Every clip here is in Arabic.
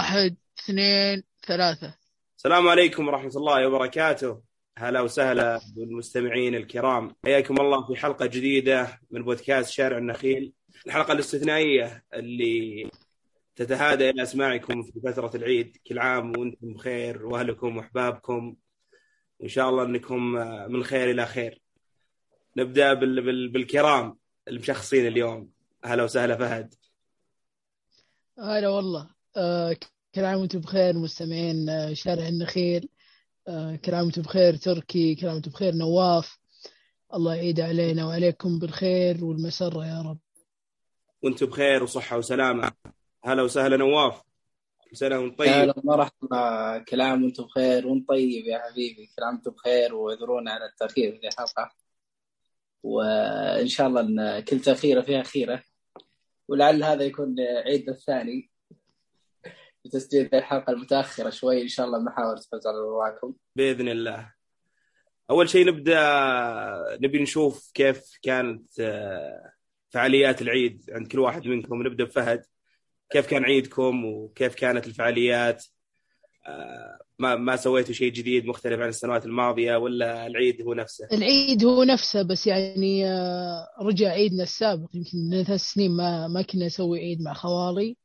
واحد اثنين ثلاثة. السلام عليكم ورحمة الله وبركاته. هلا وسهلا بالمستمعين الكرام، حياكم الله في حلقة جديدة من بودكاست شارع النخيل، الحلقة الاستثنائية اللي تتهادى إلى أسماعكم في فترة العيد. كل عام وأنتم بخير وأهلكم وأحبابكم، وإن شاء الله أنكم من خير إلى خير. نبدأ بالكرام المشخصين اليوم. هلا وسهلا فهد. هلا والله. كل عام وانتم بخير مستمعين شارع النخيل. كل عام وانتم بخير تركي، كل عام وانتم بخير نواف. الله يعيد علينا وعليكم بالخير والمسرة يا رب. وأنتم بخير وصحة وسلامة. هلا وسهلا نواف، سنة وانت طيب. هلا مرحبا، كل عام وانتم بخير وانت طيب يا حبيبي. كل عام وانتم بخير، واعذرونا على التأخير في الحلقة، وإن شاء الله أن كل تأخيرة فيها خيرة، ولعل هذا يكون عيد الثاني بتسجيل الحلقة المتأخرة شوي. إن شاء الله نحاول نفوز على رواكم بإذن الله. أول شيء نبي نشوف كيف كانت فعاليات العيد عند كل واحد منكم. نبدأ بفهد، كيف كان عيدكم وكيف كانت الفعاليات؟ ما سويتوا شيء جديد مختلف عن السنوات الماضية ولا العيد هو نفسه؟ العيد هو نفسه، بس يعني رجع عيدنا السابق. يمكن 3 سنين ما كنا نسوي عيد مع خوالي،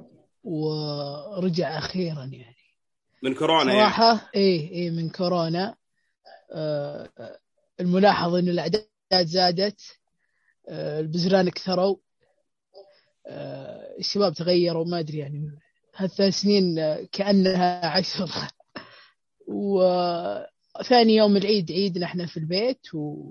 ورجع أخيرا يعني من كورونا صراحة. يعني. إيه من كورونا. الملاحظ إنه الأعداد زادت، البزران كثروا، الشباب تغيروا، ما أدري يعني. هالثلاث سنين كأنها 10. وثاني يوم العيد عيدنا احنا في البيت،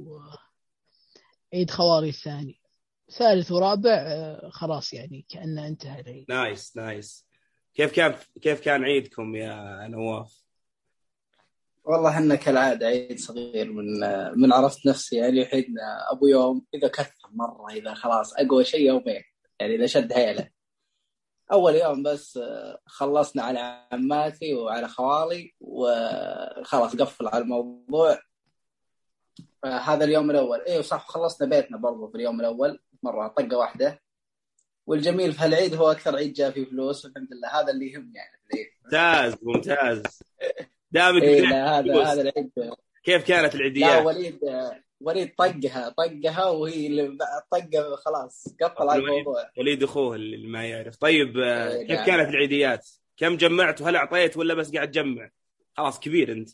وعيد خواري الثاني، ثالث ورابع خلاص يعني كأنه انتهى العيد. نايس. كيف كان عيدكم يا نواف؟ والله إحنا كالعادة عيد صغير من عرفت نفسي يعني. حيدنا أبو يوم، إذا كثر مرة، إذا خلاص أقوى شيء يومين يعني، إذا شد هيله. أول يوم بس خلصنا على عماتي وعلى خوالي وخلاص قفل على الموضوع. هذا اليوم الأول. إيه صح، خلصنا بيتنا برضو في اليوم الأول مرة طقة واحدة. والجميل في هالعيد هو أكثر عيد جاء فيه فلوس، والحمد لله هذا اللي يهم يعني في العيد. ممتاز. دامك إيه بديت لا، هذا فلوس. العيد. كيف كانت لا العيديات؟ وليد طقها وهي اللي طقة خلاص قفل على الموضوع. وليد أخوه اللي ما يعرف. طيب إيه كيف نعم. كانت العيديات؟ كم جمعت وهل أعطيت ولا بس قاعد تجمع؟ خلاص كبير أنت.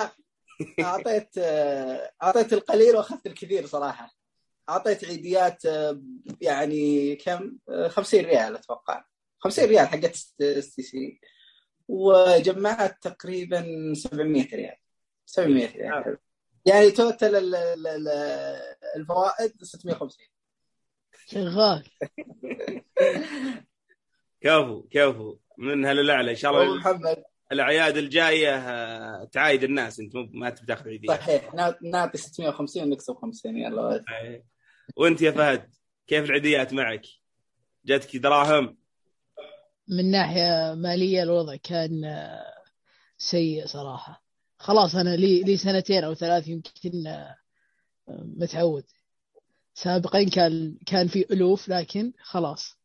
أعطيت القليل وأخذت الكثير صراحة. أعطيت عيديات يعني كم 50 ريال أتوقع، 50 ريال حقت STC، وجمعت تقريبا 700 ريال. 700 ريال يعني توتال الفوائد 650. شغال. كفو من هالأعلى إن شاء الله. محمد الأعياد الجاية تعايد الناس، أنت ما تاخذ عيديات. صحيح، نعطي 650 ونكسب 50. يلا. وأنت يا فهد كيف العيديات معك؟ جاتك دراهم؟ من ناحية مالية الوضع كان سيء صراحة. خلاص أنا لي 2 أو 3 يمكن متعود. سابقا كان في ألوف، لكن خلاص.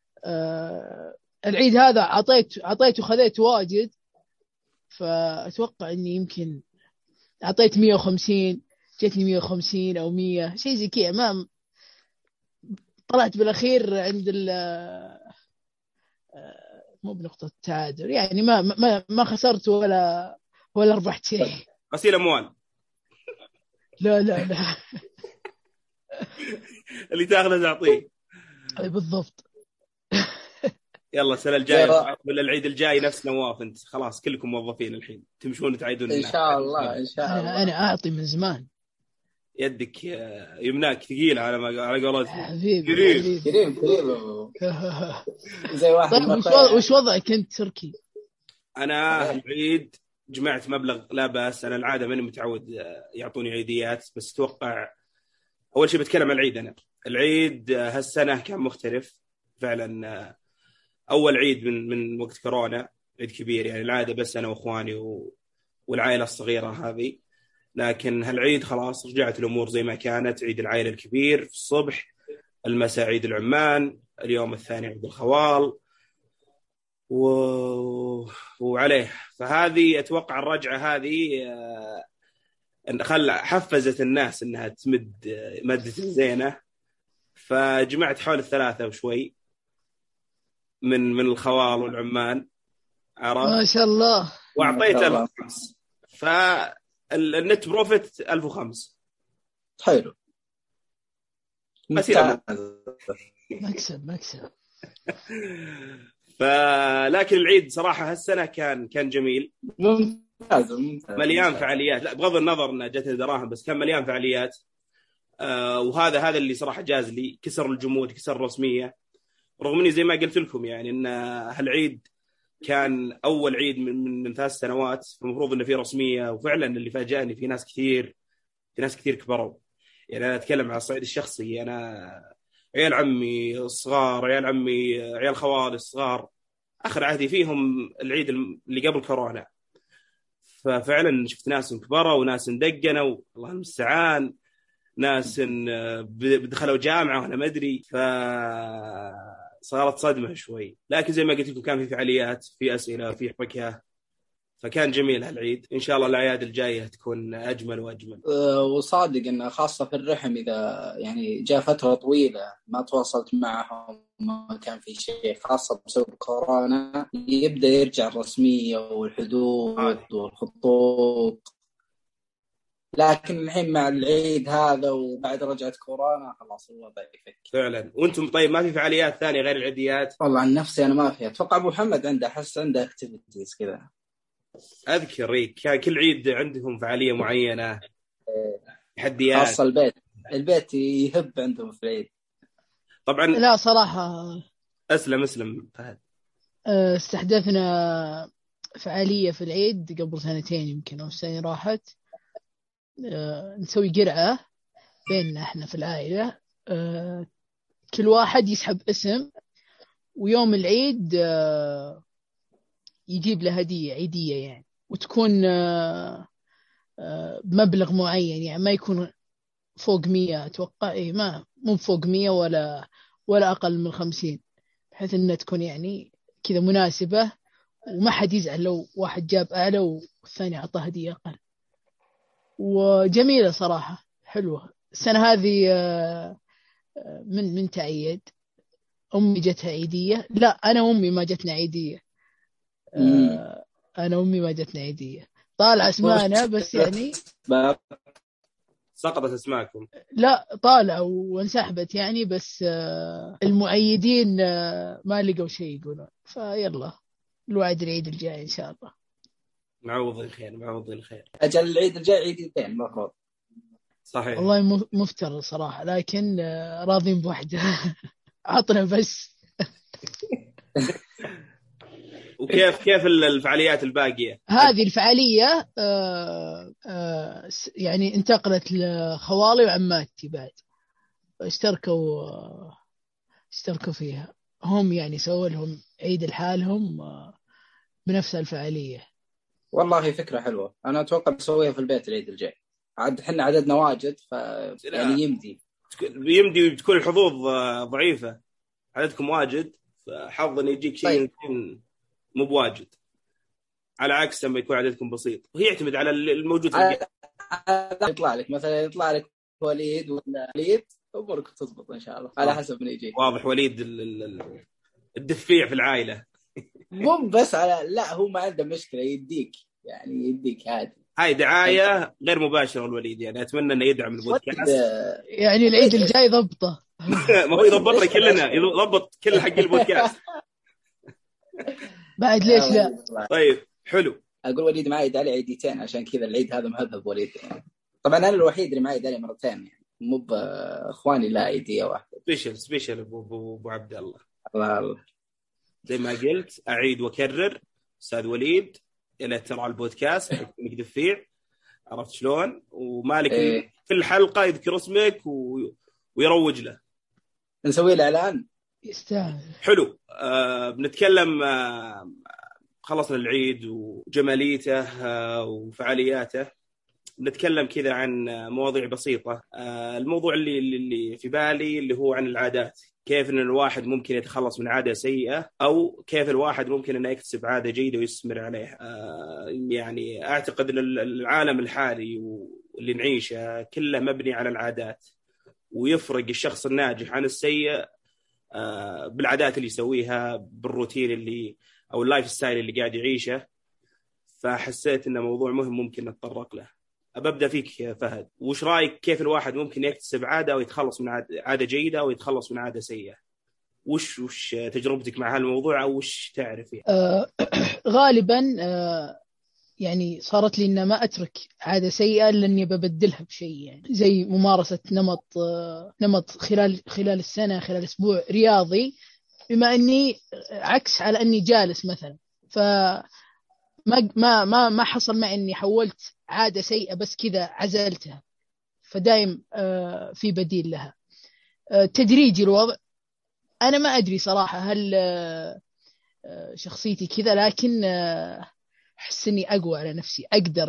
العيد هذا عطيت وخذيت واجد، فأتوقع أني يمكن أعطيت 150، جتني 150 أو 100 شيء زي كذا. ما طلعت بالأخير عند مو بنقطة تعادل يعني. ما خسرت ولا ربحت شيء. غسيل أموال. لا اللي تاخذه تعطيه. بالضبط. يلا السنة الجاية ولا العيد الجاي نفس نواف، انت خلاص كلكم موظفين الحين تمشون تعيدون إن شاء الله. أنا أعطي من زمان. يدك يمناك ثقيلة على قولتك. حبيبي كريم زي واحد. طيب وش وضعك أنت تركي؟ أنا العيد جمعت مبلغ لا بأس. أنا العادة ماني متعود يعطوني عيديات، بس أتوقع أول شيء بتكلم عن العيد. أنا العيد هالسنة كان مختلف فعلا. أول عيد من وقت كورونا، عيد كبير يعني. العادة بس أنا وإخواني والعائلة الصغيرة هذه، لكن هالعيد خلاص رجعت الأمور زي ما كانت. عيد العائلة الكبير في الصبح، المساء عيد العمان، اليوم الثاني عيد الخوال، وعليه. فهذه أتوقع الرجعة هذه حفزت الناس إنها تمد مادة زينة، فجمعت حول 3 وشوي من الخوال والعمال، عرفت؟ ما شاء الله. وأعطيت 1500، فالنت بروفيت 1500. حلو، بس مكسب. فلكن العيد صراحة هالسنة كان جميل، ممتاز مليان فعاليات. لا بغض النظر انها جتني دراهم، بس كان مليان فعاليات. وهذا اللي صراحة جاز لي، كسر الجمود، كسر الرسمية. رغم اني زي ما قلت لكم يعني ان هالعيد كان اول عيد من 3 سنوات، المفروض انه في رسمية. وفعلا اللي فاجأني في ناس كثير كبروا. يعني انا اتكلم على الصعيد الشخصي، انا عيال عمي الصغار، عيال عمي، عيال خوالي الصغار، اخر عهدي فيهم العيد اللي قبل كورونا. ففعلا شفت ناس كبروا وناس دقنوا، الله المستعان، ناس دخلوا جامعه وانا ما ادري. فصارت صدمه شوي، لكن زي ما قلت لكم كان في فعاليات، في اسئله، في فكاهه، فكان جميل هالعيد. ان شاء الله الاعياد الجايه تكون اجمل واجمل. وصادق انه خاصه في الرحم، اذا يعني جاء فتره طويله ما تواصلت معهم، ما كان في شيء، خاصه بسبب كورونا، يبدا يرجع الرسميه والحدود والخطوط. لكن الحين مع العيد هذا وبعد رجعت كورونا خلاص الوضع يفك فعلا. وانتم طيب ما في فعاليات ثانيه غير العيديات؟ والله عن نفسي انا ما في. اتوقع ابو محمد عنده، احس عنده اكتيفيتيز كذا. اذكر كان كل عيد عندهم فعاليه معينه، تحديات خاصه البيت يهب عندهم في العيد طبعا. لا صراحة اسلم فهد. استحدثنا فعالية في العيد قبل 2 يمكن أو سنة راحت. نسوي قرعة بيننا احنا في العائلة، كل واحد يسحب اسم، ويوم العيد يجيب له هدية عيدية يعني، وتكون بمبلغ معين، يعني ما يكون فوق 100 أتوقع، ما مو فوق 100 ولا أقل من 50، بحيث أنها تكون يعني كذا مناسبة، وما حد يزعل لو واحد جاب أعلى والثاني أعطاه هدية أقل. وجميلة صراحة، حلوة. السنة هذه من تعيد أمي جتها عيدية. لا أنا أمي ما جتنا عيدية. أنا أمي ما جتنا عيدية، طالع اسمانا بس يعني سقطت اسماءكم. لا طالع وانسحبت يعني، بس المؤيدين ما لقوا شيء يقولون. فيلا الوعد العيد الجاي إن شاء الله. معوضين خير. أجل العيد الجاي عيدين المفروض. صحيح والله مفترض صراحة، لكن راضين بوحدة. عطنا بس. وكيف الفعاليات الباقية؟ هذه الفعالية يعني انتقلت لخوالي وعماتي بعد، اشتركوا فيها هم، يعني سووا لهم عيد لحالهم بنفس الفعالية. والله فكرة حلوة، أنا أتوقع بسويها في البيت العيد الجاي. عاد حنا عددنا واجد يعني يمدي بتكون الحظوظ ضعيفة، عددكم واجد، فحظ إن يجيك شيء مو بواجد، على عكس لما يكون عددكم بسيط. وهي يعتمد على الموجود في يطلع لك مثلا وليد ولا وليد، أمورك تضبط إن شاء الله على حسب من يجيك. واضح وليد الدفيع في العائلة. مو بس لا هو ما عنده مشكلة، يديك عادي. هاي دعاية غير مباشرة الوليد، يعني أتمنى أنه يدعم البودكاست. يعني العيد الجاي ضبطه. ما هو يضبطنا كلنا، يضبط كل حق البودكاست. بعد ليش لا؟ طيب حلو. أقول وليد معي دالي عيديتين، عشان كذا العيد هذا مهذب وليد يعني. طبعا أنا الوحيد اللي معي دالي مرتين يعني، مو بإخواني لا عيدية واحدة. سبيشل أبو عبد الله. الله زي ما قلت أعيد وأكرر، أستاذ وليد إلى ترى البودكاست إنك دفيع، عرفت شلون؟ ومالك كل حلقة يذكر اسمك ويروج له. نسوي له إعلان يستاهل. حلو. بنتكلم خلصنا العيد وجماليته وفعالياته، نتكلم كذا عن مواضيع بسيطة. الموضوع اللي في بالي اللي هو عن العادات، كيف ان الواحد ممكن يتخلص من عاده سيئه، او كيف الواحد ممكن انه يكتسب عاده جيده ويستمر عليها. يعني اعتقد ان العالم الحالي واللي نعيشه كله مبني على العادات، ويفرق الشخص الناجح عن السيء بالعادات اللي يسويها، بالروتين اللي او اللايف ستايل اللي قاعد يعيشه. فحسيت انه موضوع مهم ممكن نتطرق له. أبدأ فيك يا فهد، وش رأيك كيف الواحد ممكن يكتسب عادة ويتخلص من عادة جيدة ويتخلص من عادة سيئة؟ وش تجربتك مع هالموضوع، أو وش تعرف فيه؟ غالبا يعني صارت لي إن ما أترك عادة سيئة إلا إني ببدلها بشيء، يعني زي ممارسة نمط خلال السنة، خلال أسبوع رياضي، بما إني عكس على إني جالس مثلا. ف ما حصل معي إني حولت عادة سيئة بس كذا عزلتها، فدايم في بديل لها. تدريجي الوضع. أنا ما أدري صراحة هل شخصيتي كذا، لكن أحس إني أقوى على نفسي،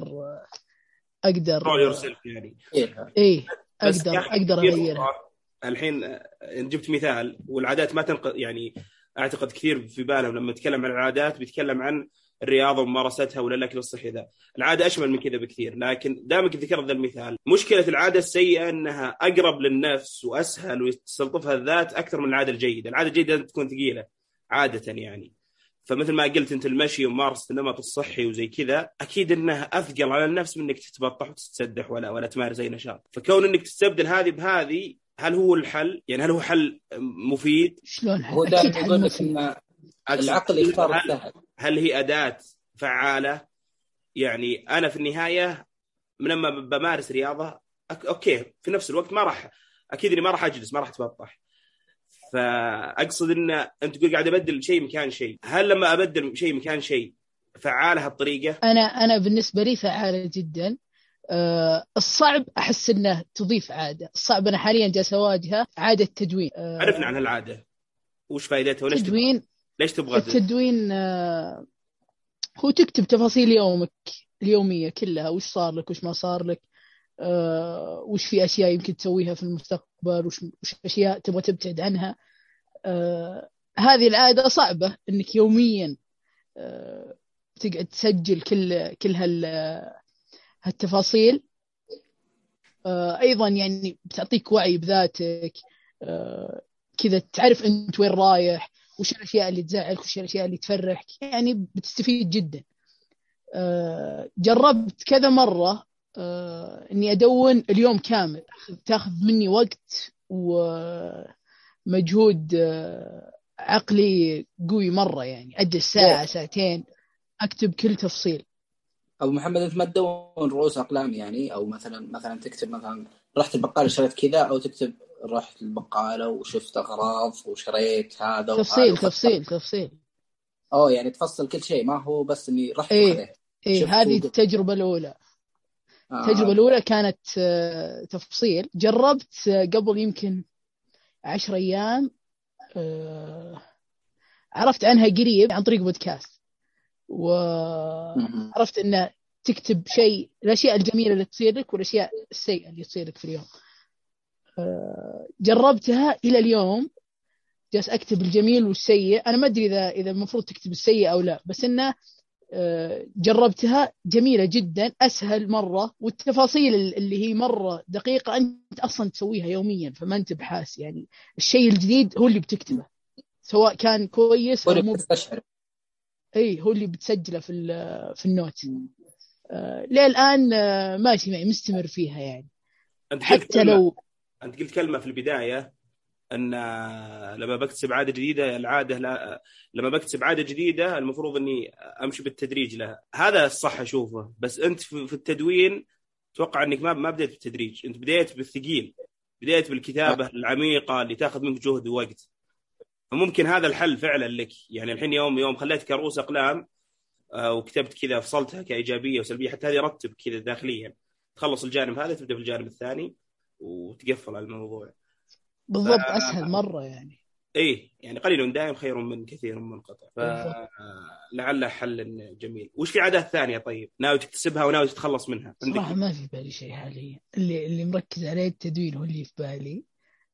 أقدر يعني. إيه أقدر أغيرها. الحين جبت مثال، والعادات ما تنقض يعني. أعتقد كثير في بالهم لما نتكلم عن العادات بيتكلم عن الرياضة وممارستها ولا الأكل الصحي. ذا العادة أشمل من كذا بكثير، لكن دامك ذكرت ذا المثال، مشكلة العادة السيئة أنها أقرب للنفس وأسهل ويستلطفها الذات أكثر من العادة الجيدة. العادة الجيدة تكون ثقيلة عادة يعني. فمثل ما قلت أنت، المشي وممارسة النمط الصحي وزي كذا أكيد أنها أثقل على النفس من أنك تتبطح وتتسدح ولا تمارس أي نشاط. فكون أنك تستبدل هذه بهذه، هل هو الحل؟ يعني هل هو حل مفيد؟ شلون هو دائما يقول لك ان العقل يختار السهل. هل هي أداة فعالة؟ يعني أنا في النهاية لما بمارس رياضة أوكي، في نفس الوقت ما راح أكيد إني ما راح أجلس، ما راح أتبطح. فأقصد إن أنت تقول قاعد أبدل شيء مكان شيء، هل لما أبدل شيء مكان شيء فعالة هالطريقة؟ أنا بالنسبة لي فعالة جدا. الصعب أحس إنه تضيف عادة. الصعب أنا حاليا جالس أواجهه عادة تدوين. عرفنا عن هالعادة، وش فائدتها وليش تدوين؟ ليش تبغى التدوين؟ هو تكتب تفاصيل يومك اليومية كلها، وش صار لك وش ما صار لك، وش في أشياء يمكن تسويها في المستقبل، وش أشياء تبغى تبتعد عنها. هذه العادة صعبة إنك يوميا تقعد تسجل كل هالتفاصيل. أيضا يعني بتعطيك وعي بذاتك، كذا تعرف أنت وين رايح، وش الأشياء اللي تزعلك وش الأشياء اللي تفرحك، يعني بتستفيد جدا. جربت كذا مرة إني أدون اليوم كامل، تأخذ مني وقت ومجهود عقلي قوي مرة، يعني أجلس ساعة ساعتين أكتب كل تفصيل. أبو محمد، أنت ما تدون رؤوس أقلام يعني؟ أو مثلا تكتب مثلا رحت البقالة شريت كذا، أو تكتب رحت البقالة وشفت أغراض وشريت هذا تفصيل. يعني تفصل كل شيء، ما هو بس إني رحت وخذيت. هذه التجربة الأولى. التجربة الأولى كانت تفصيل. جربت قبل يمكن 10 أيام، عرفت عنها قريب عن طريق بودكاست، وعرفت إنه تكتب شيء، الأشياء الجميلة اللي تصير لك والأشياء السيئة اللي تصير لك في اليوم. جربتها إلى اليوم، جالس أكتب الجميل والسيء. أنا ما أدري إذا المفروض تكتب السيء أو لا، بس إنه جربتها جميلة جدا، أسهل مرة، والتفاصيل اللي هي مرة دقيقة أنت أصلا تسويها يوميا، فما أنت بحاس. يعني الشيء الجديد هو اللي بتكتبه، سواء كان كويس أو مو. هو اللي بتسجله في النوت. ليه الآن ماشي معي، مستمر فيها يعني. حتى لو أنت قلت كلمة في البداية أن لما بكتسب عادة جديدة، لما بكتسب عادة جديدة المفروض أني أمشي بالتدريج لها. هذا الصح أشوفه، بس أنت في التدوين توقع أنك ما بديت بالتدريج، أنت بديت بالثقيل، بديت بالكتابة العميقة اللي تأخذ منك جهد ووقت. فممكن هذا الحل فعلا لك. يعني الحين يوم خليت كرؤوس أقلام وكتبت كذا، فصلتها كإيجابية وسلبية، حتى هذه رتب كذا داخليا، تخلص الجانب هذا تبدأ في الجانب الثاني وتقفل على الموضوع. بالضبط. أسهل مرة يعني. يعني قليل دائم خير من كثير منقطع. فلعل حل جميل. وش في عادات ثانية طيب ناوي تكتسبها وناوي تتخلص منها؟ صراحة ما في بالي شيء حاليا. اللي مركز عليه التدوين هو اللي في بالي.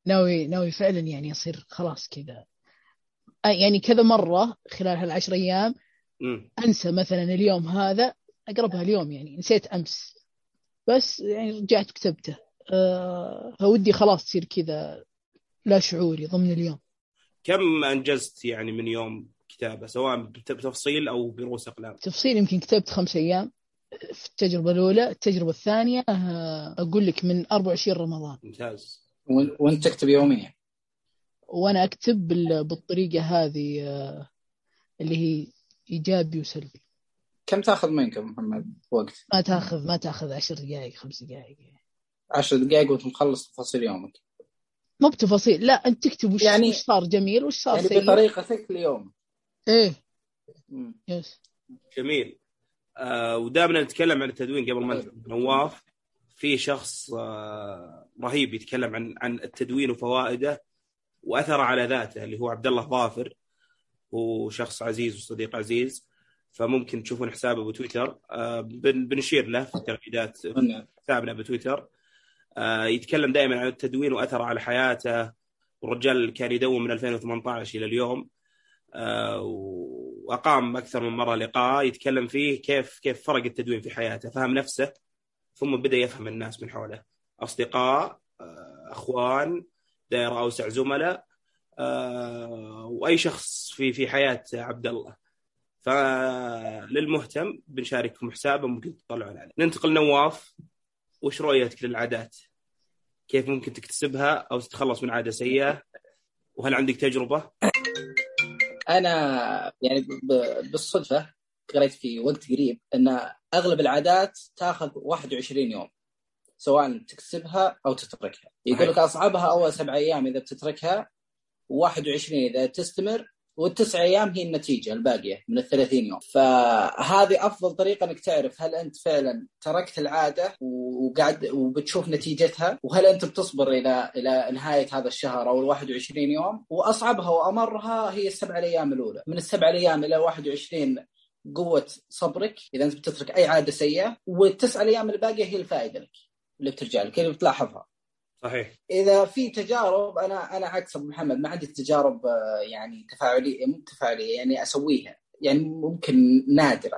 ناوي فعلا يعني يصير خلاص كذا، يعني كذا مرة خلال هال10 أيام أنسى مثلا اليوم هذا، أقربها اليوم يعني نسيت أمس، بس يعني رجعت كتبته. فودي خلاص تصير كذا لا شعوري ضمن اليوم. كم أنجزت يعني من يوم كتابة، سواء بتفصيل أو برؤوس أقلام؟ تفصيل يمكن كتبت 5 أيام في التجربة الأولى. التجربة الثانية أقول لك من 24 رمضان. ممتاز. وانت تكتب يوميا؟ وأنا أكتب بالطريقة هذه اللي هي إيجابي وسلبي. كم تأخذ منك محمد وقت؟ ما تأخذ 10 دقائق 5 دقائق. 10 دقائق وتخلص تفاصيل يومك؟ مو بتفاصيل، لا أنت تكتب وش صار جميل وش صار يعني سيء بطريقتك اليوم. إيه. يس. جميل. ودائما نتكلم عن التدوين قبل ما نواف. في شخص رهيب يتكلم عن التدوين وفوائده وأثره على ذاته، اللي هو عبد الله ظافر. هو شخص عزيز وصديق عزيز، فممكن تشوفون حسابه بتويتر. بنشير له في التغريدات في حسابنا بتويتر. يتكلم دائما عن التدوين وأثره على حياته. والرجال كان يدون من 2018 إلى اليوم. وأقام أكثر من مرة لقاء يتكلم فيه كيف فرق التدوين في حياته، فهم نفسه ثم بدأ يفهم الناس من حوله، أصدقاء، أخوان، دائرة أوسع، زملاء، وأي شخص في حياة عبد الله. فللمهتم بنشارككم حسابه، ممكن تطلعون عليه. ننتقل نواف، وش رؤيتك للعادات؟ كيف ممكن تكتسبها أو تتخلص من عادة سيئة؟ وهل عندك تجربة؟ أنا يعني بالصدفة قريت في وقت قريب أن أغلب العادات تأخذ 21 يوم سواء تكسبها أو تتركها. يقول لك أصعبها أول 7 أيام إذا بتتركها، 21 إذا تستمر، وال9 أيام هي النتيجة الباقية من 30 يوم. فهذه أفضل طريقة أنك تعرف هل أنت فعلا تركت العادة وقاعد وبتشوف نتيجتها، وهل أنت بتصبر إلى نهاية هذا الشهر أو 21 يوم. وأصعبها وأمرها هي 7 أيام الأولى. من 7 أيام إلى 21 قوة صبرك إذا أنت بتترك أي عادة سيئة، وال9 أيام الباقية هي الفائدة لك اللي بترجع لك، اللي بتلاحظها. صحيح. إذا في تجارب، أنا عكس أبو محمد، ما عندي تجارب يعني تفاعلية، مو تفاعلية يعني أسويها، يعني ممكن نادرة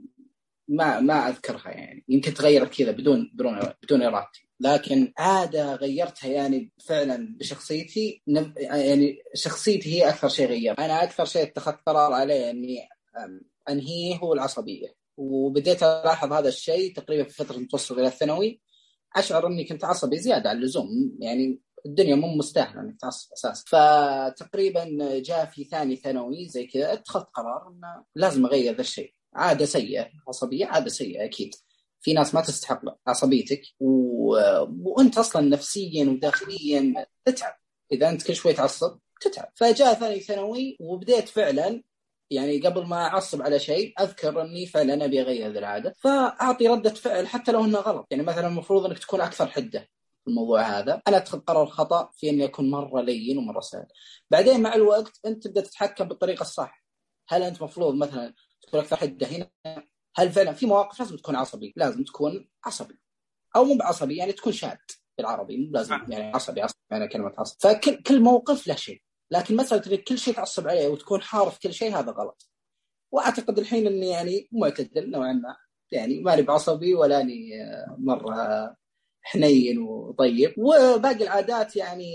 ما أذكرها، يعني يمكن تغيرت كذا بدون إرادتي. لكن عادة غيرتها يعني فعلا بشخصيتي، يعني شخصيتي هي أكثر شيء غير. أنا أكثر شيء اتخذت قرار عليه إني أنهيه هو العصبية. وبديت ألاحظ هذا الشيء تقريبا في فترة المتوسط إلى الثانوي. أشعر أني كنت عصبي زيادة عن اللزوم، يعني الدنيا مو مستاهلة أنك تعصب أساسا. فتقريبا جاء في ثاني ثانوي زي كذا اتخذت قرار أنه لازم أغير ذا الشيء. عادة سيئة، عصبية عادة سيئة أكيد. في ناس ما تستحق عصبيتك وأنت أصلا نفسيا وداخليا تتعب إذا أنت كل شوي تعصب تتعب. فجاء ثاني ثانوي وبديت فعلا يعني قبل ما أعصب على شيء أذكر أني فعلا أبي أغير هذه العادة، فأعطي ردة فعل حتى لو أنه غلط. يعني مثلا المفروض أنك تكون أكثر حدة في الموضوع هذا. أنا أتخذ قرار خطأ في أني أكون مرة لين ومرة سهل. بعدين مع الوقت أنت تبدأ تتحكم بالطريقة الصح. هل أنت مفروض مثلا تكون أكثر حدة هنا؟ هل فعلا في مواقف لازم تكون عصبي؟ لازم تكون عصبي، أو مو بعصبي يعني تكون شاد بالعربي، مو لازم يعني عصبي يعني كلمة عصبي. فكل موقف له شيء، لكن مسألة إنك كل شيء تعصب عليه وتكون حارف كل شيء هذا غلط. وأعتقد الحين إني يعني معتدل نوعا ما، يعني ماني بعصبي ولا أني مرة حنين وطيب. وباقي العادات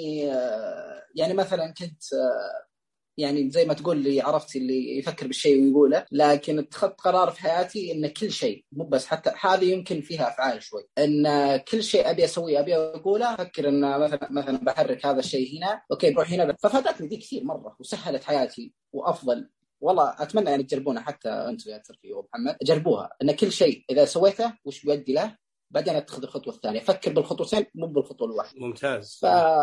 يعني مثلا كنت يعني زي ما تقول لي عرفت اللي يفكر بالشيء ويقوله، لكن اتخذت قرار في حياتي إن كل شيء، مو بس حتى هذه يمكن فيها أفعال شوي، إن كل شيء أبي أسويه أبي أقوله أفكر إن مثلا بحرك هذا الشيء هنا، أوكي بروح هنا. ففادتني دي كثير مرة وسهلت حياتي وأفضل. والله أتمنى يعني تجربونها حتى أنتم يا ترفي ومحمد، جربوها إن كل شيء إذا سويته وش بيؤدي له، بعدين أتخذ الخطوة الثانية. فكر بالخطوتين مو بالخطوة الواحدة. ممتاز.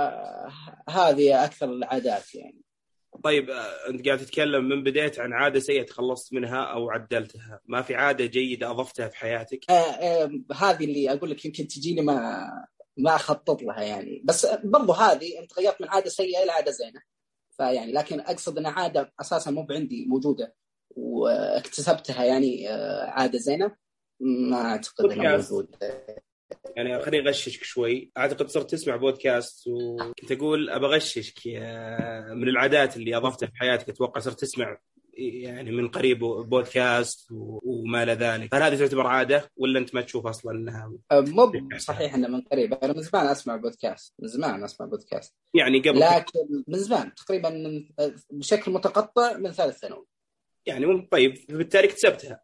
فهذه أكثر العادات يعني. طيب أنت قاعد تتكلم من بداية عن عادة سيئة تخلصت منها أو عدلتها، ما في عادة جيدة أضفتها في حياتك؟ هذه اللي أقول لك يمكن تجيني ما أخطط لها يعني. بس برضو هذه أنت غيرت من عادة سيئة إلى عادة زينة. فيعني لكن أقصد أن عادة أساسا مو عندي موجودة واكتسبتها يعني عادة زينة، ما أعتقد أنها موجودة. يعني خليني أغششك شوي. أعتقد صرت تسمع بودكاست وكنت أقول أبى أغششك من العادات اللي أضفتها في حياتك. أتوقع صرت تسمع يعني من قريب بودكاست وما إلى ذلك. هل هذه تعتبر عادة ولا أنت ما تشوف أصلا أنها مو صحيح أنه من قريب، أنا من زمان أسمع بودكاست، من زمان أسمع بودكاست يعني قبل، لكن من زمان تقريبا بشكل متقطع من ثالث ثانوي يعني طيب بالتالي اكتسبتها.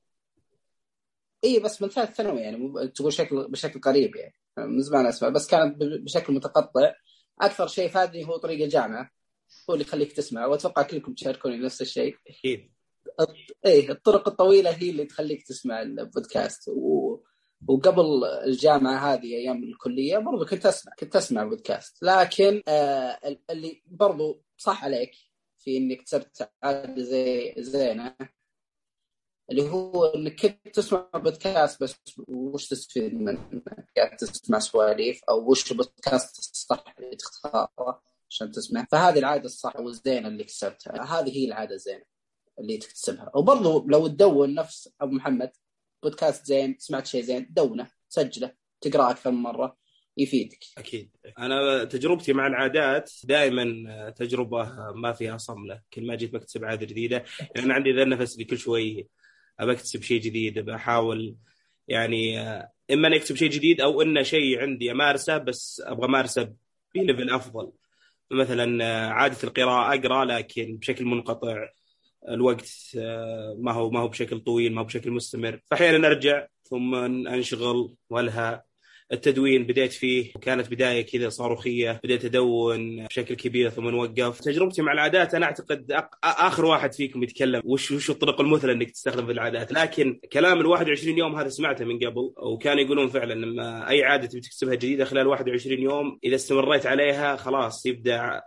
اي بس من ثالث ثانوي، يعني تقول بشكل قريب، يعني من زمان اسمع، بس كانت بشكل متقطع. اكثر شيء فادني هو طريق الجامعه، هو اللي يخليك تسمع، واتوقع كلكم تشاركوني نفس الشيء. اكيد. ايه الطرق الطويله هي اللي تخليك تسمع البودكاست وقبل الجامعه هذه ايام الكليه برضو كنت اسمع بودكاست، لكن اللي برضو صح عليك في انك كسبت عاده زينه، اللي هو انك كنت تسمع بودكاست بس وش تستفيد منه؟ قاعد تسمع سواليف، او وش البودكاست الصح اللي تختاره عشان تسمع. فهذه العاده الصح والزينه اللي كسبتها، هذه هي العاده الزينه اللي تكتسبها. وبرضه لو تدون نفس ابو محمد، بودكاست زين، سمعت شيء زين، دونه، سجله، تقرا اكثر من مره، يفيدك. اكيد. انا تجربتي مع العادات دائما تجربه ما فيها صمله. كل ما جيت بكتسب عاده جديده، يعني انا عندي ذا النفس اللي كل شوي ابى اكتسب شيء جديد، بحاول يعني اما ان اكتسب شيء جديد او انه شيء عندي امارسه بس ابغى امارسه بليفل افضل. مثلا عاده القراءه، اقرا لكن بشكل منقطع، الوقت ما هو بشكل طويل، ما هو بشكل مستمر. فاحيانا ارجع ثم انشغل والها. التدوين بديت فيه وكانت بدايه كذا صاروخيه، بديت ادون بشكل كبير ثم نوقف. تجربتي مع العادات، انا اعتقد اخر واحد فيكم يتكلم وش الطرق المثلى انك تستخدم في العادات، لكن كلام ال 21 يوم هذا سمعته من قبل، وكانوا يقولون فعلا لما اي عاده تبي تكتسبها جديده خلال 21 يوم اذا استمريت عليها خلاص يبدا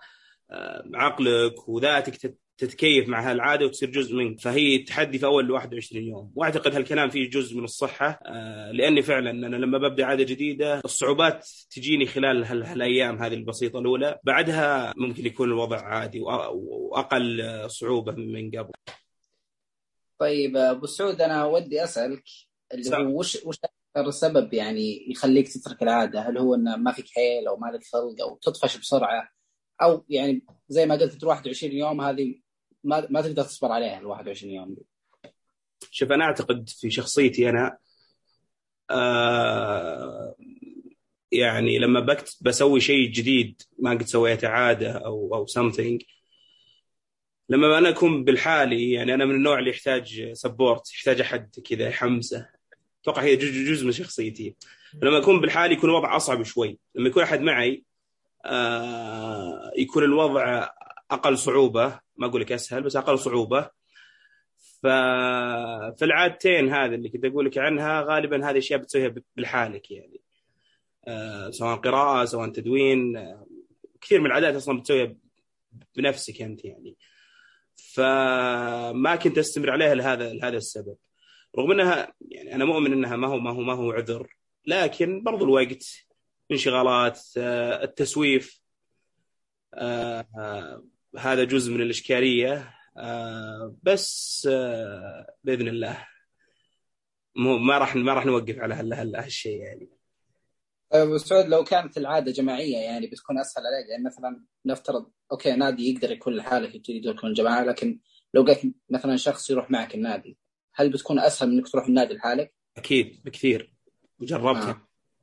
عقلك وذاتك تتكيف مع هالعاده وتصير جزء منك. فهي تحدي في اول 21 يوم، واعتقد هالكلام فيه جزء من الصحه، لاني فعلا انا لما ببدا عاده جديده الصعوبات تجيني خلال هالايام هذه البسيطه الاولى، بعدها ممكن يكون الوضع عادي واقل صعوبه من قبل. طيب ابو سعود، انا ودي اسالك اللي هو وش اكثر سبب يعني يخليك تترك العاده؟ هل هو ان ما فيك حيل، او ما لك خلق، او تطفش بسرعه، او يعني زي ما قلت 21 يوم هذه ما تقدر تصبر عليها ال 21 يوم دي؟ شوف، انا اعتقد في شخصيتي انا يعني لما بسوي شيء جديد ما قد سويته عاده او something، لما انا اكون بالحالي، يعني انا من النوع اللي يحتاج سبورت، يحتاج احد كذا يحمسه. اتوقع هي جزء من شخصيتي. لما اكون بالحالي يكون الوضع اصعب شوي، لما يكون احد معي يكون الوضع اقل صعوبه، ما اقول لك اسهل بس اقل صعوبه. فالعادتين هذه اللي كنت اقول لك عنها غالبا هذه اشياء بتسويها بالحالك، يعني سواء قراءه سواء تدوين، كثير من العادات اصلا بتسويها بنفسك انت يعني. فما كنت استمر عليها لهذا السبب، رغم انها يعني انا مؤمن انها ما هو عذر، لكن برضو الوقت، انشغالات، التسويف، هذا جزء من الاشكاليه. بس باذن الله ما راح نوقف على هالشيء يعني. أبو سعود، لو كانت العاده جماعيه يعني بتكون اسهل عليك، يعني مثلا نفترض اوكي نادي يقدر يكون لحاله يقدر يكون جماعه، لكن لو قلت مثلا شخص يروح معك النادي، هل بتكون اسهل من انك تروح النادي لحالك؟ اكيد بكثير، وجربتها.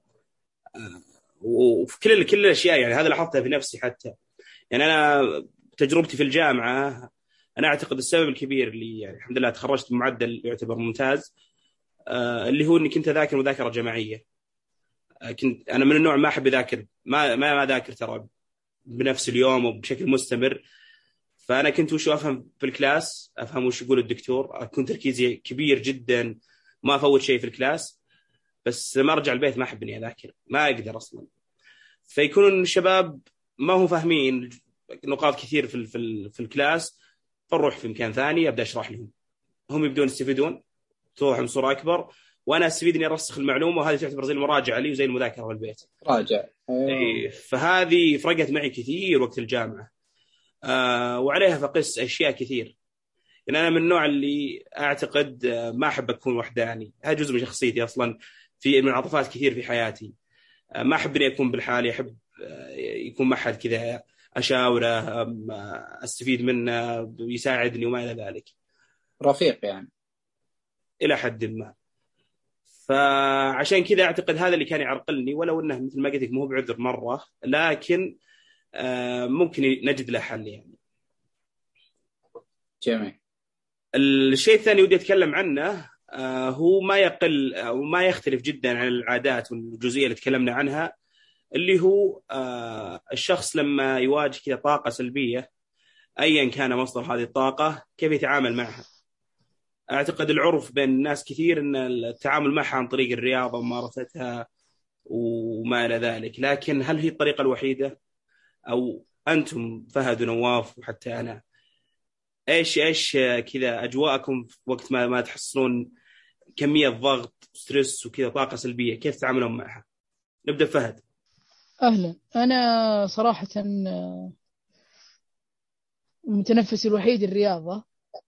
وفي كل الاشياء يعني هذا لاحظتها في نفسي حتى. يعني انا تجربتي في الجامعه، انا اعتقد السبب الكبير اللي يعني الحمد لله تخرجت بمعدل يعتبر ممتاز، اللي هو اني كنت اذاكر مذاكره جماعيه. كنت انا من النوع ما احب اذاكر ما اذاكر ترى بنفس اليوم وبشكل مستمر. فانا كنت وش افهم في الكلاس، افهم وش يقول الدكتور، اكون تركيزي كبير جدا، ما افوت شيء في الكلاس. بس لما ارجع البيت ما احب اني اذاكر، ما اقدر اصلا. فيكونون الشباب ما هو فاهمين نقاط كثير في الكلاس، فنروح في مكان ثاني ابدا اشرح لهم، هم يبدون يستفيدون، توضح بصوره اكبر، وانا استفيد اني ارسخ المعلومه، وهذه تعتبر زي المراجعه لي وزي المذاكره في البيت. راجع. إيه، فهذه فرقت معي كثير وقت الجامعه. وعليها فقس اشياء كثير. يعني انا من النوع اللي اعتقد ما احب اكون وحداني، هذا جزء من شخصيتي اصلا، في منعطفات كثير في حياتي. ما أحب إني أكون بالحالي، أحب يكون مع حد كذا أشاوره، أستفيد منه، يساعدني وما إلى ذلك. رفيق يعني. إلى حد ما. فعشان كذا أعتقد هذا اللي كان يعرقلني، ولو أنه مثل ما قلت لك مو بعذر مرة، لكن ممكن نجد له حل يعني. جميل. الشيء الثاني ودي أتكلم عنه هو ما يقل أو ما يختلف جدا عن العادات والجزئية اللي تكلمنا عنها، اللي هو الشخص لما يواجه كذا طاقة سلبية أيا كان مصدر هذه الطاقة كيف يتعامل معها. أعتقد العرف بين الناس كثير أن التعامل معها عن طريق الرياضة وممارستها وما إلى ذلك، لكن هل هي الطريقة الوحيدة؟ أو أنتم فهد ونواف وحتى أنا إيش كذا أجواءكم في وقت ما تحصلون كمية ضغط ستريس وكذا طاقة سلبية، كيف تتعاملون معها؟ نبدأ فهد. أهلا. أنا صراحة متنفسي الوحيد الرياضة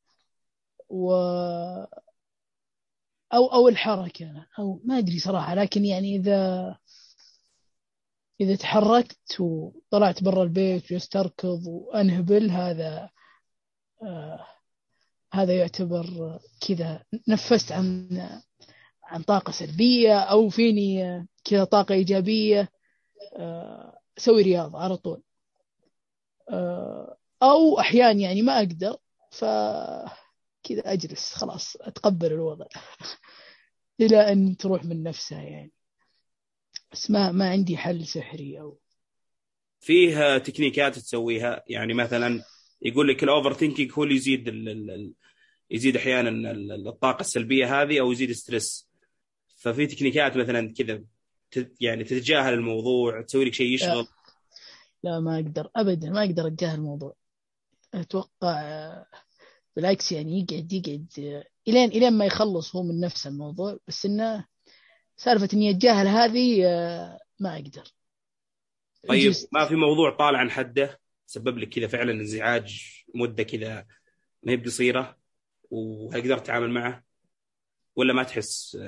أو الحركة، أو ما أدري صراحة، لكن يعني إذا تحركت وطلعت برا البيت وجلست أركض وأنهبل، هذا يعتبر كذا نفست عن طاقة سلبية، أو فيني كذا طاقة إيجابية. أسوي رياضة على طول. أو أحيان يعني ما أقدر، فكذا أجلس خلاص أتقبل الوضع إلى أن تروح من نفسها يعني. بس ما عندي حل سحري. أو فيه تكنيكات تسويها يعني، مثلا يقول لك الأوفر ثينكينج هو اللي يزيد أحيانا الطاقة السلبية هذه، أو يزيد ستريس. ففي تكنيكات مثلا كذا يعني تتجاهل الموضوع، تسوي لك شيء يشغل. لا ما أقدر أبدا، ما أقدر أتجاهل الموضوع. أتوقع بالعكس يعني يقعد إلين ما يخلص هو من نفس الموضوع. بس إنه سالفة إني أتجاهل هذه ما أقدر. طيب ما في موضوع طالع عن حده سبب لك كذا فعلا انزعاج مدة كذا ما هي بقصيرة، وهل قدرت تتعامل معه ولا ما تحس؟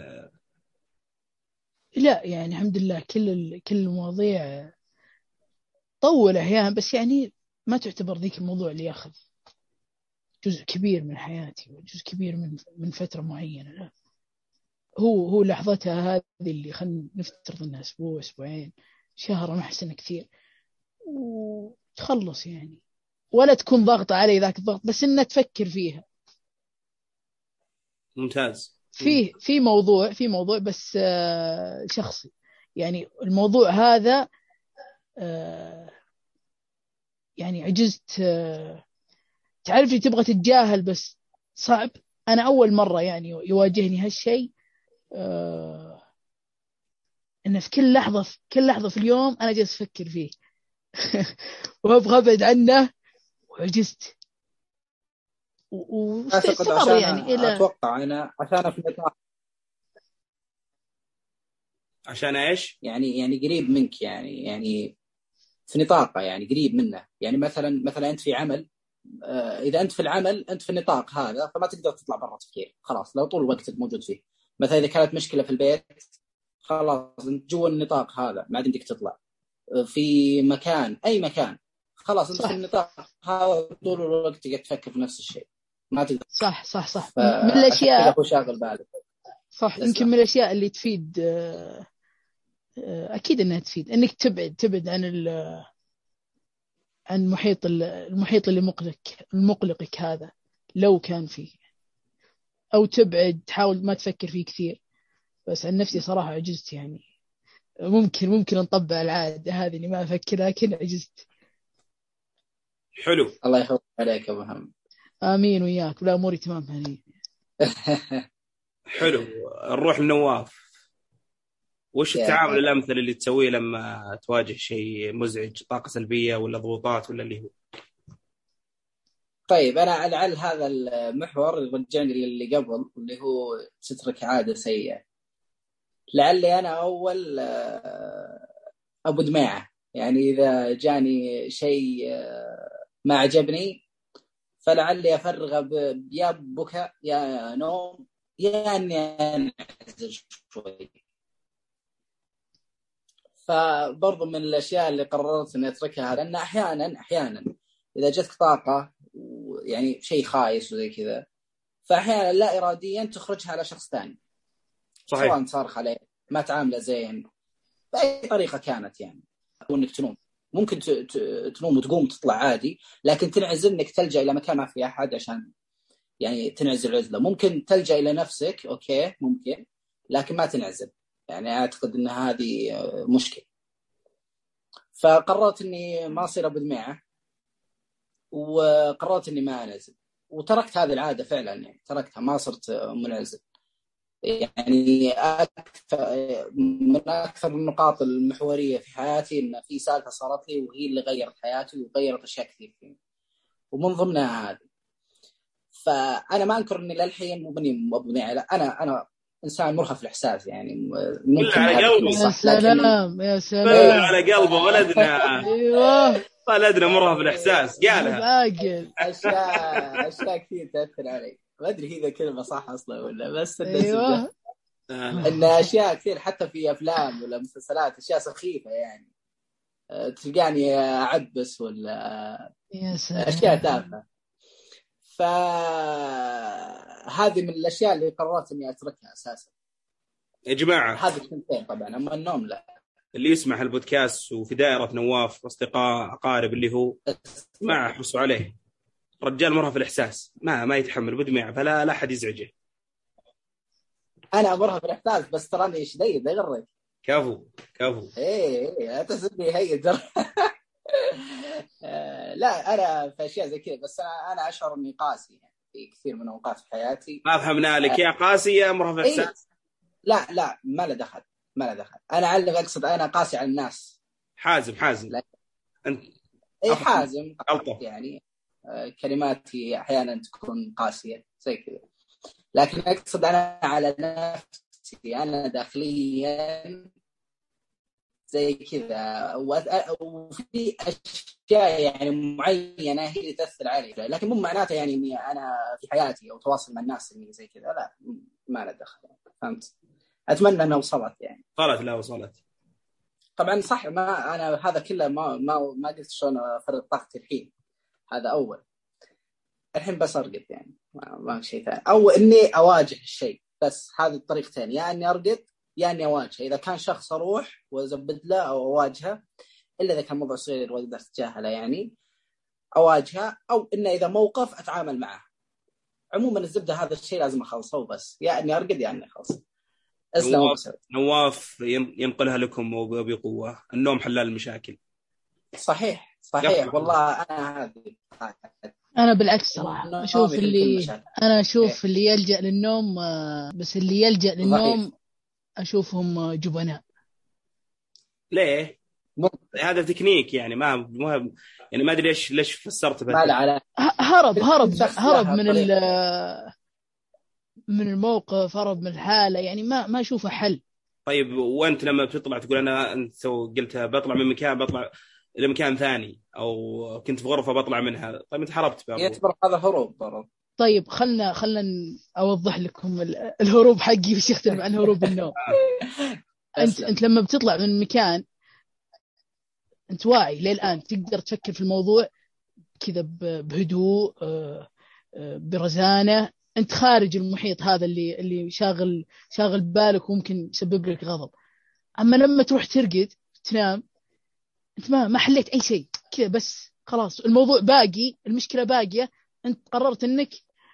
لا يعني الحمد لله كل المواضيع طول أحيانا، بس يعني ما تعتبر ذيك الموضوع اللي ياخذ جزء كبير من حياتي وجزء كبير من فترة معينة. لا، هو لحظتها هذه اللي خلينا نفترض انها اسبوع اسبوعين شهر، ما احس انه كثير وتخلص يعني، ولا تكون ضاغطة علي ذاك الضغط، بس انها تفكر فيها. ممتاز. في موضوع بس شخصي يعني. الموضوع هذا يعني عجزت. تعرف لي تبغى تتجاهل بس صعب. أنا أول مرة يعني يواجهني هالشيء، إنه في كل لحظة في اليوم أنا جالس أفكر فيه وأبغى أبعد عنه، وعجزت واستمر يعني إلى أتوقع أنا عشان في نطاق. عشان إيش؟ يعني قريب منك يعني في نطاقه يعني قريب منه. يعني مثلا أنت في عمل، إذا أنت في العمل أنت في النطاق هذا، فما تقدر تطلع برا تفكير خلاص، لو طول وقتك موجود فيه. مثلا إذا كانت مشكلة في البيت، خلاص أنت جوا النطاق هذا، ما عندك تطلع. في مكان أي مكان، خلاص أنت في النطاق هذا طول الوقت قاعد تفكر في نفس الشيء، ما تقدر. صح من الأشياء هو شاغل بالك. صح. يمكن من الأشياء اللي تفيد، أكيد أنها تفيد، أنك تبعد عن المحيط اللي مقلقك هذا لو كان فيه، أو تبعد، تحاول ما تفكر فيه كثير. بس عن نفسي صراحة عجزت يعني. ممكن نطبق العادة هذه اللي ما أفكر، لكن عجزت. حلو. الله يحفظك عليك يا أبو محمد. آمين وياك، ولا أموري تمام هني. حلو. نروح لنواف. وش التعامل الأمثل اللي تسويه لما تواجه شيء مزعج، طاقة سلبية ولا ضغوطات ولا اللي هو؟ طيب أنا لعل هذا المحور يرجعني للي قبل، اللي هو تترك عادة سيئة. لعلي أنا أول أبو دماعة، يعني إذا جاني شيء ما عجبني، فلعلي أفرغ يا بكاء يا نوم يا أني أنعزل شوي. فبرضو من الاشياء اللي قررت اني اتركها، لان احيانا اذا جتك طاقه يعني شيء خايس وزي كذا، فاحيانا لا اراديا تخرجها على شخص ثاني. صحيح. سواء صارخ عليه، ما تعامله زين، باي طريقه كانت يعني. او انك تنوم، ممكن تنوم وتقوم تطلع عادي، لكن تنعزل انك تلجأ الى مكان ما في احد عشان يعني تنعزل عزله. ممكن تلجأ الى نفسك، اوكي ممكن، لكن ما تنعزل. يعني اعتقد ان هذه مشكله. فقررت اني ما اصير ابو دميعه، وقررت اني ما انزل، وتركت هذه العاده فعلا. يعني تركتها، ما صرت منعزل. يعني من أكثر النقاط المحورية في حياتي إن في سالفة صارت لي وهي اللي غيرت حياتي وغيرت أشياء كثير فيني، ومن ضمنها هذه. فأنا ما أنكر إني للحين مبني على أنا إنسان مرهف الإحساس. يعني ممكن على قلبه. يا سلام يا سلام على قلبه ولدنا. ايوه ولدنا مرهف الإحساس قالها. عاقل. أشياء كثير تأثر علي. ما أدري هذا كلمة صح أصلا ولا بس ايوه ان اشياء كثير حتى في افلام ولا مسلسلات اشياء سخيفه يعني تلقاني اعبس ولا يا سلام. اشياء تافهه. فهذه من الاشياء اللي قررت اني اتركها اساسا يا جماعه. هذه الثنتين طبعا، اما النوم لا. اللي يسمع البودكاست وفي دائره نواف اصدقاء اقارب اللي هو ما احسوا عليه رجال مرهف الاحساس، ما يتحمل بدمع، فلا لا احد يزعجه. انا مرهف الاحساس بس تراني شديد يغرك. كفو ايه لا تسبني هي لا انا في اشياء زي كذا، بس انا اشعر اني قاسي يعني في كثير من اوقات في حياتي. ما فهمنا لك يا قاسي يا مرهف الاحساس. لا ما له دخل. انا علق اقصد انا قاسي على الناس. حازم انت اي حازم غلطه يعني. كلماتي احيانا تكون قاسيه زي كذا، لكن اقصد انا على نفسي انا داخليا زي كذا. وفي اشياء يعني معينه هي اللي تاثر علي، لكن مو معناته يعني اني انا في حياتي او تواصل مع الناس اني زي كذا، لا ما له دخل. فهمت؟ اتمنى انها وصلت يعني. وصلت طبعا صح. ما انا هذا كله ما قلت شلون افرغ طاقتي الحين. هذا اول. الحين بس ارقد يعني ما في شيء ثاني، او اني اواجه الشيء. بس هذه الطريقتين، يا اني ارقد يا اني اواجهه. اذا كان شخص اروح وازبد له او اواجهه، الا اذا كان موضوع صغير واقدر اتجاهله يعني اواجهه، او انه اذا موقف اتعامل معه. عموما الزبده هذا الشيء لازم اخلصه وبس، يا اني ارقد يا اني اخلص. نواف ينقلها لكم وبقوه. النوم حلال المشاكل. صحيح والله. انا بالعكس صراحه اشوف اللي يلجأ للنوم، بس اللي يلجأ للنوم اشوفهم جبناء. ليه؟ هذا تكنيك يعني ما يعني ما ادري ليش فسرت بهذا. هرب من الموقف، هرب من الحاله يعني. ما اشوفه حل. طيب وانت لما بتطلع تقول انت قلت بطلع من مكان بطلع الى مكان ثاني، او كنت في غرفه بطلع منها، طيب انت هربت برضو. يعتبر هذا هروب برضو. طيب خلنا اوضح لكم الهروب حقي وش يختلف عن هروب النوم. انت لما بتطلع من مكان انت واعي للآن، تقدر تفكر في الموضوع كذا بهدوء، برزانه. انت خارج المحيط هذا اللي شاغل بالك وممكن يسبب لك غضب. اما لما تروح ترقد تنام، انت ما حليت اي شيء كذا، بس خلاص الموضوع باقي، المشكله باقيه. انت قررت انك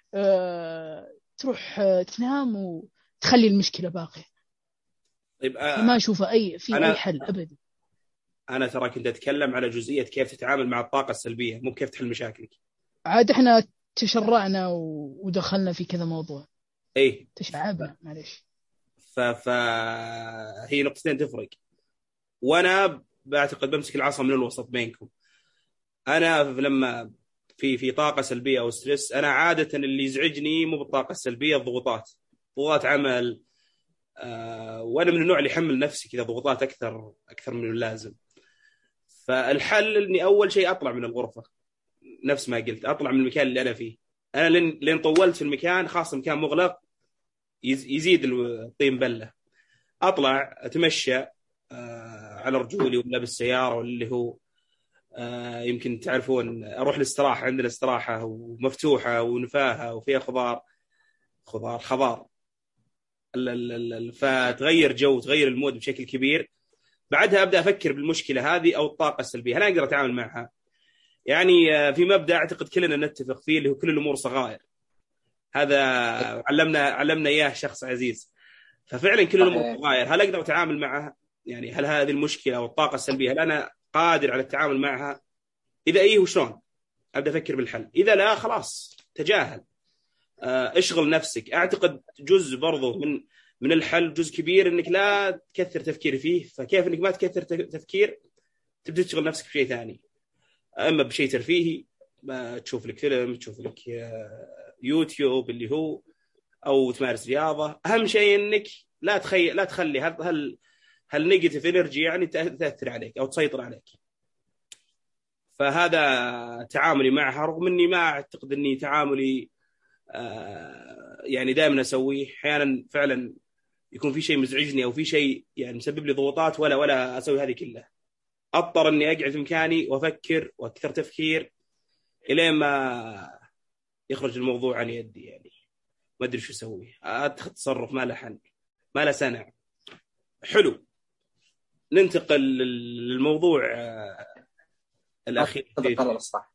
تروح تنام وتخلي المشكله باقيه. طيب ما اشوفه اي حل ابدا. انا ترى كنت اتكلم على جزئيه كيف تتعامل مع الطاقه السلبيه، مو كيف تحل مشاكلك. عاد احنا تشرعنا ودخلنا في كذا موضوع. ايه تشعبنا معليش. فهي نقطتين تفرق، وانا بعتقد بمسك العصا من الوسط بينكم. انا لما في طاقه سلبيه او ستريس، انا عاده اللي يزعجني مو بالطاقه السلبيه، ضغوطات عمل. وانا من النوع اللي يحمل نفسي كذا ضغوطات اكثر من اللازم. فالحل اني اول شيء اطلع من الغرفه، نفس ما قلت، اطلع من المكان اللي انا فيه. انا لين طولت في المكان، خاصه مكان مغلق يزيد الطين بله. اطلع اتمشى على رجولي ولا بالسيارة، واللي هو يمكن تعرفون أروح الاستراحة، عندنا استراحة ومفتوحة ونفاهة وفيها خضار فتغير جو، تغير المود بشكل كبير. بعدها أبدأ أفكر بالمشكلة هذه أو الطاقة السلبية، هل أقدر أتعامل معها؟ يعني في مبدأ أعتقد كلنا نتفق فيه، اللي هو كل الأمور صغائر. هذا علمنا إياه شخص عزيز. ففعلا كل الأمور صغائر، هل أقدر أتعامل معها؟ يعني هل هذه المشكلة أو الطاقة السلبية هل أنا قادر على التعامل معها؟ إذا إيه وشلون؟ أبدأ أفكر بالحل. إذا لا خلاص تجاهل، اشغل نفسك. أعتقد جزء برضو من الحل، جزء كبير، إنك لا تكثر تفكير فيه. فكيف إنك ما تكثر تفكير؟ تبدأ تشغل نفسك بشيء ثاني، اما بشيء ترفيهي، ما تشوف لك فيلم، تشوف لك يوتيوب اللي هو، او تمارس رياضه. اهم شيء انك لا تخلي هالنيجاتيف انرجي يعني تاثر عليك او تسيطر عليك. فهذا تعاملي معها، رغم اني ما اعتقد اني تعاملي يعني دائما اسويه. احيانا فعلا يكون في شيء مزعجني او في شيء يعني مسبب لي ضغوطات، ولا اسوي هذه كلها. اضطر اني اقعد في مكاني وافكر واكثر تفكير الين ما يخرج الموضوع عن يدي. يعني ما ادري شو اسوي، اتخذ تصرف ما له حل، ما له سنع. حلو، ننتقل للموضوع الاخير. القرار الصح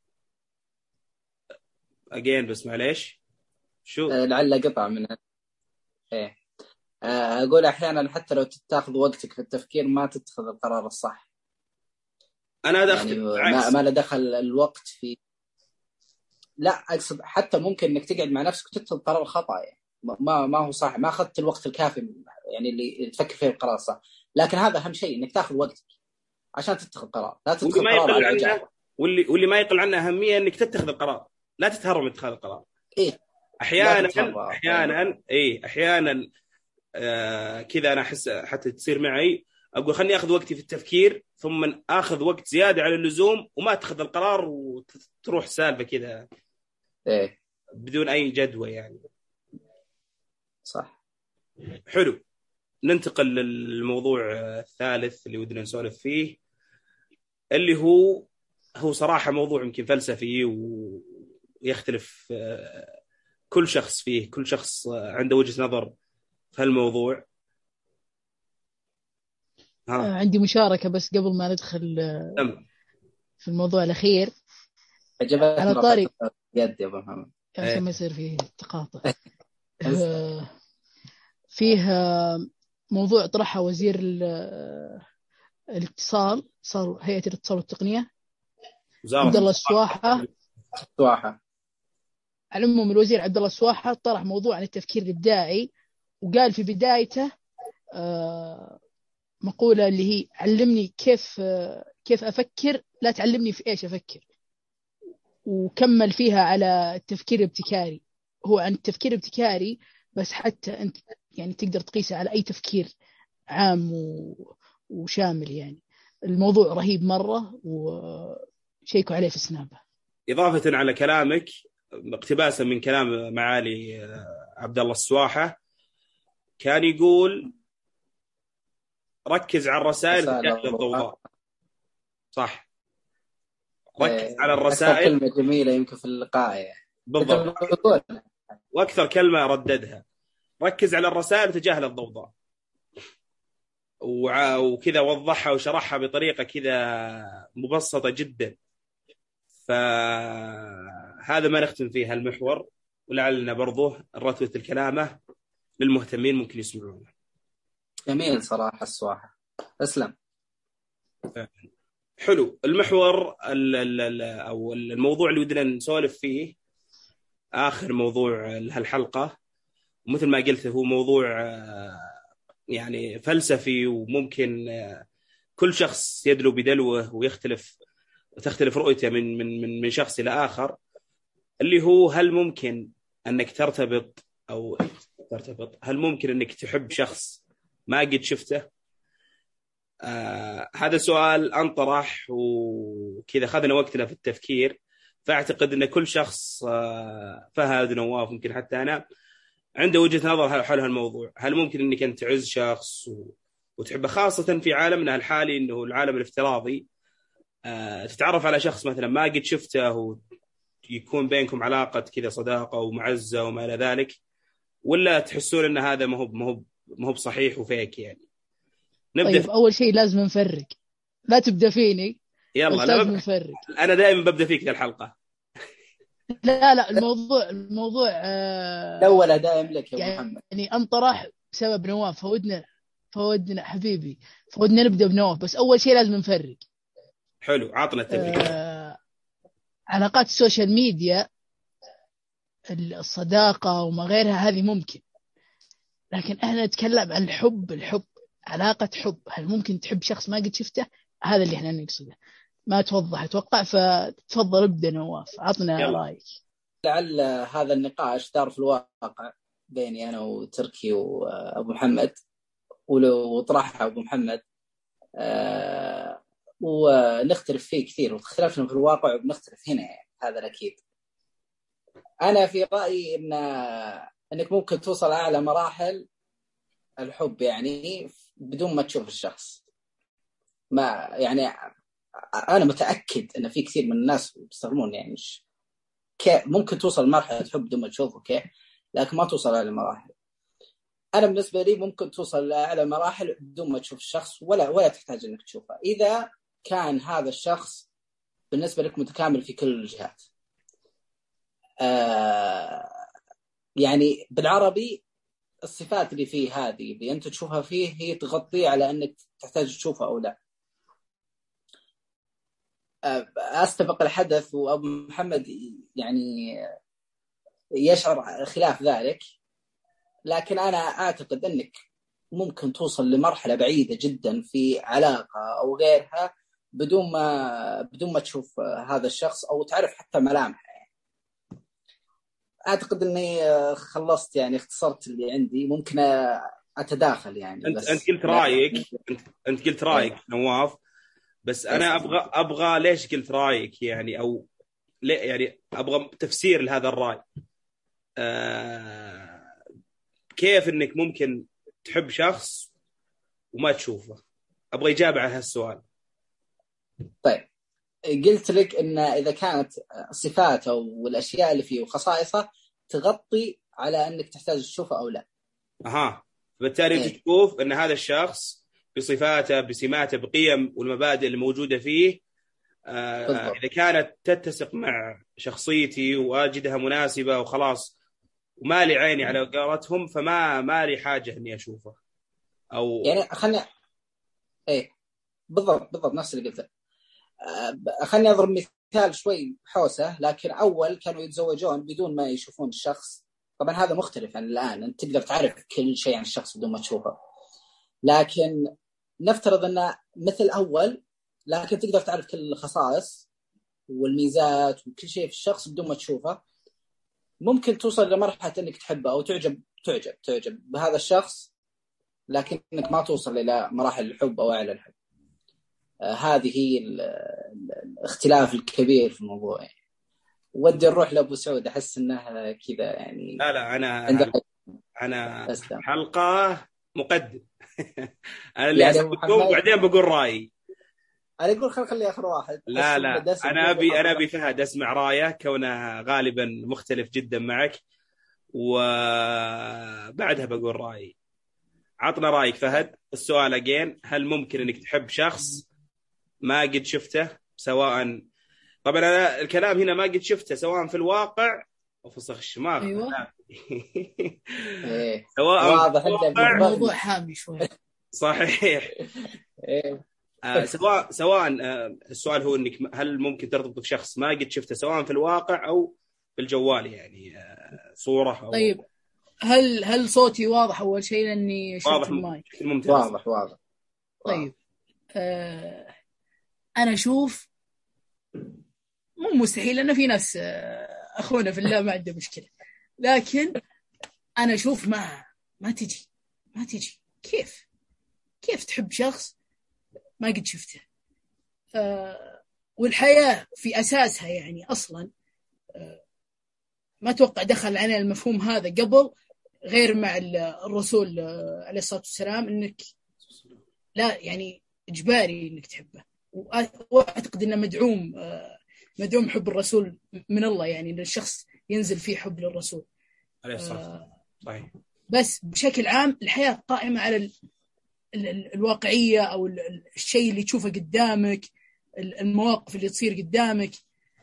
اجين، بس معليش شو لعل قطع من ايه. اقول احيانا حتى لو تاخذ وقتك في التفكير ما تتخذ القرار الصح. انا يعني ما له دخل الوقت في، لا اقصد حتى ممكن انك تقعد مع نفسك وتتخذ قرار خطا، يعني ما هو صح، ما اخذت الوقت الكافي يعني اللي تفكر فيه القرار الصح. لكن هذا اهم شيء، انك تاخذ وقتك عشان تتخذ قرار، لا تتخذ قرار على العجاله. واللي ما يقل عنه اهميه انك تتخذ القرار، لا تتهرب من اتخاذ القرار. إيه؟ احيانا كذا انا احس حتى تصير معي، اقول خلني اخذ وقتي في التفكير، ثم اخذ وقت زياده على اللزوم وما اتخذ القرار، وتروح سالفه كذا إيه؟ بدون اي جدوى يعني. صح. حلو، ننتقل للموضوع الثالث اللي ودنا نسولف فيه، اللي هو صراحه موضوع يمكن فلسفي ويختلف كل شخص فيه، كل شخص عنده وجهة نظر في هالموضوع. عندي مشاركة بس قبل ما ندخل في الموضوع الأخير. على طارق يد يا أبو محمد عشان ما يصير فيه تقاطع. فيه موضوع طرحه وزير الاتصال، صار هيئة الاتصال والتقنية، عبد الله السواحة. على العموم الوزير عبد الله السواحة طرح موضوع عن التفكير الإبداعي، وقال في بدايته مقولة اللي هي علمني كيف أفكر، لا تعلمني في إيش أفكر. وكمل فيها على التفكير الابتكاري. هو عن التفكير الابتكاري بس حتى أنت يعني تقدر تقيسه على أي تفكير عام وشامل. يعني الموضوع رهيب مرة، وشيكوا عليه في سنابه. إضافة على كلامك، اقتباسا من كلام معالي عبد الله السواحة، كان يقول ركز على الرسائل تجاهل الضوضاء. صح، ركز على الرسائل. كلمة جميلة يمكن في اللقاء يعني. بالضبط، وأكثر كلمة رددها، ركز على الرسائل وتجاهل الضوضاء. وكذا وضحها وشرحها بطريقة كذا مبسطة جدا. فهذا ما نختم فيه المحور، ولعلنا برضه نرتب الكلامة للمهتمين ممكن يسمعونه. جميل صراحة السواحة، أسلم. حلو. المحور أو الموضوع اللي ودنا نسولف فيه، آخر موضوع لهالحلقة، ومثل ما قلت هو موضوع يعني فلسفي، وممكن كل شخص يدلو بدلوه وتختلف رؤيته من شخص إلى آخر، اللي هو هل ممكن أنك ترتبط، هل ممكن أنك تحب شخص ما قد شفته؟ هذا سؤال أنطرح وكذا خذنا وقتنا في التفكير. فأعتقد أن كل شخص، فهد نواف ممكن حتى أنا، عنده وجهة نظر حول هالموضوع. هل ممكن أنك أنت تعز شخص وتحبه، خاصة في عالمنا الحالي إنه العالم الافتراضي. تتعرف على شخص مثلا ما قد شفته ويكون بينكم علاقة كذا صداقة ومعزة وما إلى ذلك، ولا تحسون أن هذا ما هو صحيح وفيك يعني؟ نبدأ. طيب أول شيء لازم نفرق، لا تبدأ فيني. يلا لازم نفرق. أنا دائما ببدأ فيك ذا الحلقة. لا الموضوع الأول دائم لك يا يعني محمد. يعني انطرح بسبب نواف، فودنا حبيبي، فودنا نبدأ بنواف، بس أول شيء لازم نفرق. حلو، عطنا التفريق. علاقات السوشيال ميديا، الصداقة وما غيرها هذه ممكن، لكن احنا نتكلم عن الحب، علاقة حب. هل ممكن تحب شخص ما قد شفته؟ هذا اللي احنا نقصده. ما توضح أتوقع، فتفضل ابدأ نواف، عطنا رأيك. لعل هذا النقاش دار في الواقع بيني أنا وتركي وأبو محمد، ولو طرحها أبو محمد ونختلف فيه كثير، واختلفنا في الواقع وبنختلف هنا يعني، هذا الأكيد. أنا في رأيي أنك ممكن توصل أعلى مراحل الحب يعني بدون ما تشوف الشخص. ما يعني أنا متأكد أن في كثير من الناس بيستخدمون يعني ممكن توصل لمرحلة حب بدون ما تشوفه، لكن ما توصل أعلى مراحل. أنا بالنسبة لي ممكن توصل لأعلى مراحل بدون ما تشوف الشخص، ولا تحتاج أنك تشوفه، إذا كان هذا الشخص بالنسبة لك متكامل في كل الجهات. يعني بالعربي الصفات اللي فيه هذه اللي أنت تشوفها فيه هي تغطي على أنك تحتاج تشوفه أو لا. أستبق الحدث وأبو محمد يعني يشعر خلاف ذلك، لكن أنا أعتقد أنك ممكن توصل لمرحلة بعيدة جدا في علاقة أو غيرها بدون ما تشوف هذا الشخص أو تعرف حتى ملامحه يعني. أعتقد أني خلصت يعني، اختصرت اللي عندي. ممكن أتداخل يعني. أنت قلت رأيك، أنت قلت رأيك نواف، بس أنا أبغى ليش قلت رأيك يعني، أو يعني أبغى تفسير لهذا الرأي. كيف إنك ممكن تحب شخص وما تشوفه؟ أبغى إجابة على هالسؤال. طيب، قلت لك إن إذا كانت صفاته والأشياء اللي فيه وخصائصه تغطي على أنك تحتاج تشوفه أو لا. بالتالي تشوف أن هذا الشخص بصفاته بسماته بقيم والمبادئ الموجودة فيه إذا كانت تتسق مع شخصيتي وأجدها مناسبة وخلاص وما لي عيني على قارتهم، فما لي حاجة إني أشوفه. أو يعني بالضبط نفس اللي قلته. خلني أضرب مثال شوي حوسة، لكن أول كانوا يتزوجون بدون ما يشوفون الشخص. طبعا هذا مختلف عن الآن، أنت تقدر تعرف كل شيء عن الشخص بدون ما تشوفه، لكن نفترض أنه مثل أول، لكن تقدر تعرف كل الخصائص والميزات وكل شيء في الشخص بدون ما تشوفه. ممكن توصل لمرحلة أنك تحبه أو تعجب بهذا الشخص، لكنك ما توصل إلى مراحل الحب أو أعلى الحب. هذه هي الاختلاف الكبير في الموضوع يعني. ودي نروح لأبو سعود، أحس أنها كذا يعني. لا أنا حلقة مقدم. أنا اللي يعني أسبقكم وبعدين بقول رأيي. أنا أقول خلي آخر واحد. لا أنا أبي فهد أسمع رأيه كونه غالبا مختلف جدا معك، وبعدها بقول رأيي. عطنا رأيك فهد. السؤال أجين، هل ممكن أنك تحب شخص ما قد شفته؟ سواء طبعا أنا الكلام هنا ما قد شفته سواء في الواقع أو في صخ الشماغ. أيوة. سواء واضح الموضوع حامي شوي. صحيح. سواء السؤال هو انك هل ممكن ترتبط بشخص ما قد شفته سواء في الواقع او في الجوال يعني صورة أو... طيب هل صوتي واضح اول شيء؟ لاني شلت المايك. واضح. طيب انا اشوف مو مستحيل، لأنه في ناس اخونا في الله ما عنده مشكلة، لكن انا اشوف ما تجي. كيف تحب شخص ما قد شفته؟ والحياة في أساسها يعني أصلا ما توقع دخل علينا المفهوم هذا قبل، غير مع الرسول عليه الصلاة والسلام، إنك لا يعني إجباري إنك تحبه، وأعتقد إنه مدعوم حب الرسول من الله، يعني إن الشخص ينزل فيه حب للرسول عليه الصلاة والسلام. صحيح. بس بشكل عام الحياة قائمة على الواقعية أو الشيء اللي تشوفه قدامك، المواقف اللي تصير قدامك.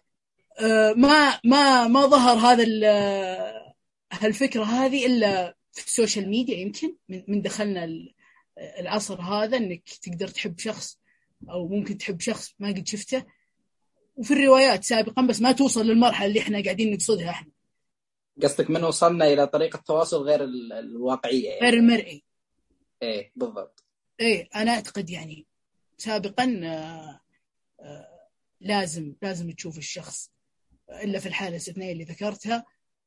ما ظهر هالفكرة هذه إلا في السوشيال ميديا، يمكن من دخلنا العصر هذا إنك تقدر تحب شخص أو ممكن تحب شخص ما قد شفته، وفي الروايات سابقا بس ما توصل للمرحلة اللي إحنا قاعدين نقصدها إحنا. قصدك من وصلنا إلى طريقة تواصل غير الواقعية يعني. غير المرئي. إيه بالضبط. إيه أنا أعتقد يعني سابقا لازم تشوف الشخص إلا في الحالة الاستثنائية اللي ذكرتها،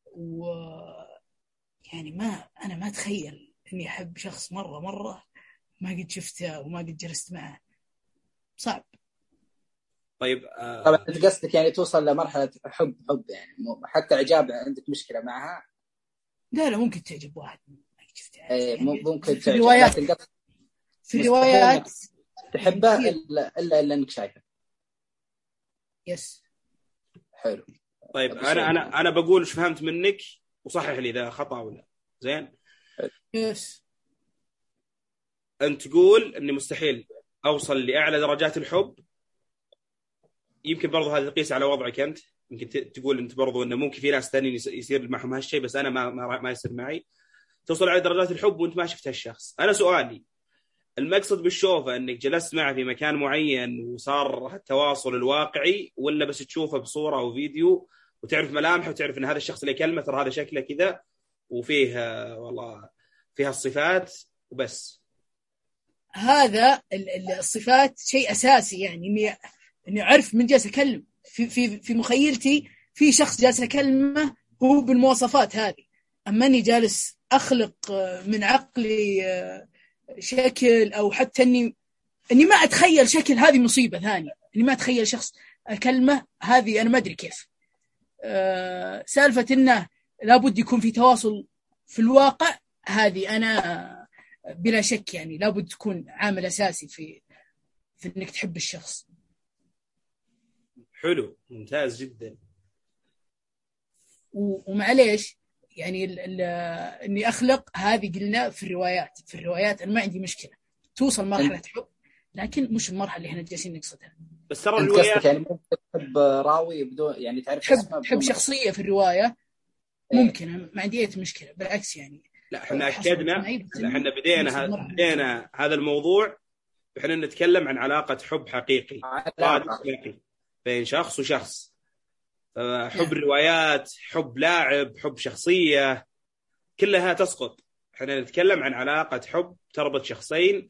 ويعني أنا ما أتخيل إني أحب شخص مرة ما قد شفته وما قد جلست معه، صعب. طيب طبعا أنت قصدك يعني توصل لمرحلة حب يعني حتى إعجاب عندك مشكلة معها؟ لا ممكن تعجب واحد ما قد شفته يعني ممكن في الروايات، في الروايات تحبه إلا إنك شايفه. يس. حلو. طيب انا بقول ايش فهمت منك وصحح لي اذا خطا ولا زين. يس. انت تقول اني مستحيل اوصل لاعلى درجات الحب، يمكن برضو هذا تقيس على وضعك انت، يمكن تقول انت برضو انه ممكن في ناس ثانيين يصير معهم هالشيء بس انا ما يصير معي. توصل على درجات الحب وانت ما شفت هالشخص. انا سؤالي المقصد بالشوفه انك جلست معه في مكان معين وصار التواصل الواقعي، ولا بس تشوفه بصوره او فيديو وتعرف ملامحه وتعرف ان هذا الشخص اللي كلمه ترى هذا شكله كذا وفيه والله فيها الصفات وبس؟ هذا الصفات شيء اساسي، يعني اني اعرف من جالس اكلم في مخيلتي في شخص جالس اكلمه هو بالمواصفات هذه، اما اني جالس اخلق من عقلي شكل، او حتى اني ما اتخيل شكل، هذه مصيبه ثانيه. اني ما اتخيل شخص اكلمه، هذه انا ما ادري كيف. سالفه انه لابد يكون في تواصل في الواقع، هذه انا بلا شك يعني لابد تكون عامل اساسي في انك تحب الشخص. حلو، ممتاز جدا. ومعليش يعني اني اخلق، هذه قلنا في الروايات انا ما عندي مشكله توصل مرحله حب، لكن مش المرحله اللي احنا جالسين نقصدها. بس ترى الروايات يعني ممكن تحب راوي بدون يعني تعرف اسمه، تحب شخصيه في الروايه ممكن، ما عندي اي مشكله بالعكس يعني. لا احنا اكدنا، احنا بدينا هذا الموضوع احنا نتكلم عن علاقه حب حقيقي بين شخص وشخص. حب الروايات، حب لاعب، حب شخصيه، كلها تسقط. احنا نتكلم عن علاقه حب تربط شخصين.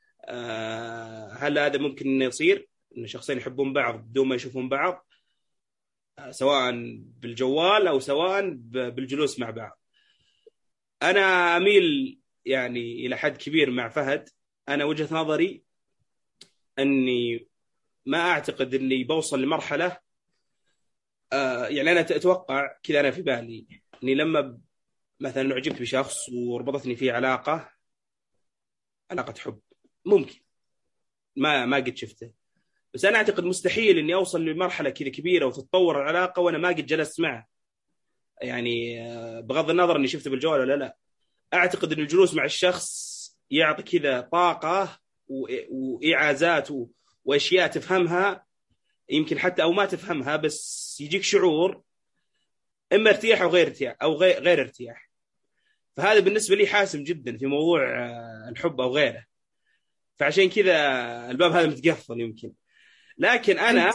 هل هذا ممكن انه يصير ان شخصين يحبون بعض بدون ما يشوفون بعض، سواء بالجوال او سواء بالجلوس مع بعض؟ انا اميل يعني الى حد كبير مع فهد. انا وجهة نظري اني ما اعتقد اني بوصل لمرحله يعني انا اتوقع كذا، انا في بالي اني لما مثلا اعجبت بشخص وربطتني فيه علاقه حب، ممكن ما قد شفته، بس انا اعتقد مستحيل اني اوصل لمرحله كذا كبيره وتتطور العلاقه وانا ما قد جلست معه. يعني بغض النظر اني شفته بالجوال ولا لا، اعتقد ان الجلوس مع الشخص يعطي كذا طاقه واعازات واشياء تفهمها يمكن حتى او ما تفهمها، بس يجيك شعور اما ارتياح او غير ارتياح او غير ارتياح. فهذا بالنسبه لي حاسم جدا في موضوع الحب او غيره. فعشان كذا الباب هذا متقفل يمكن. لكن انا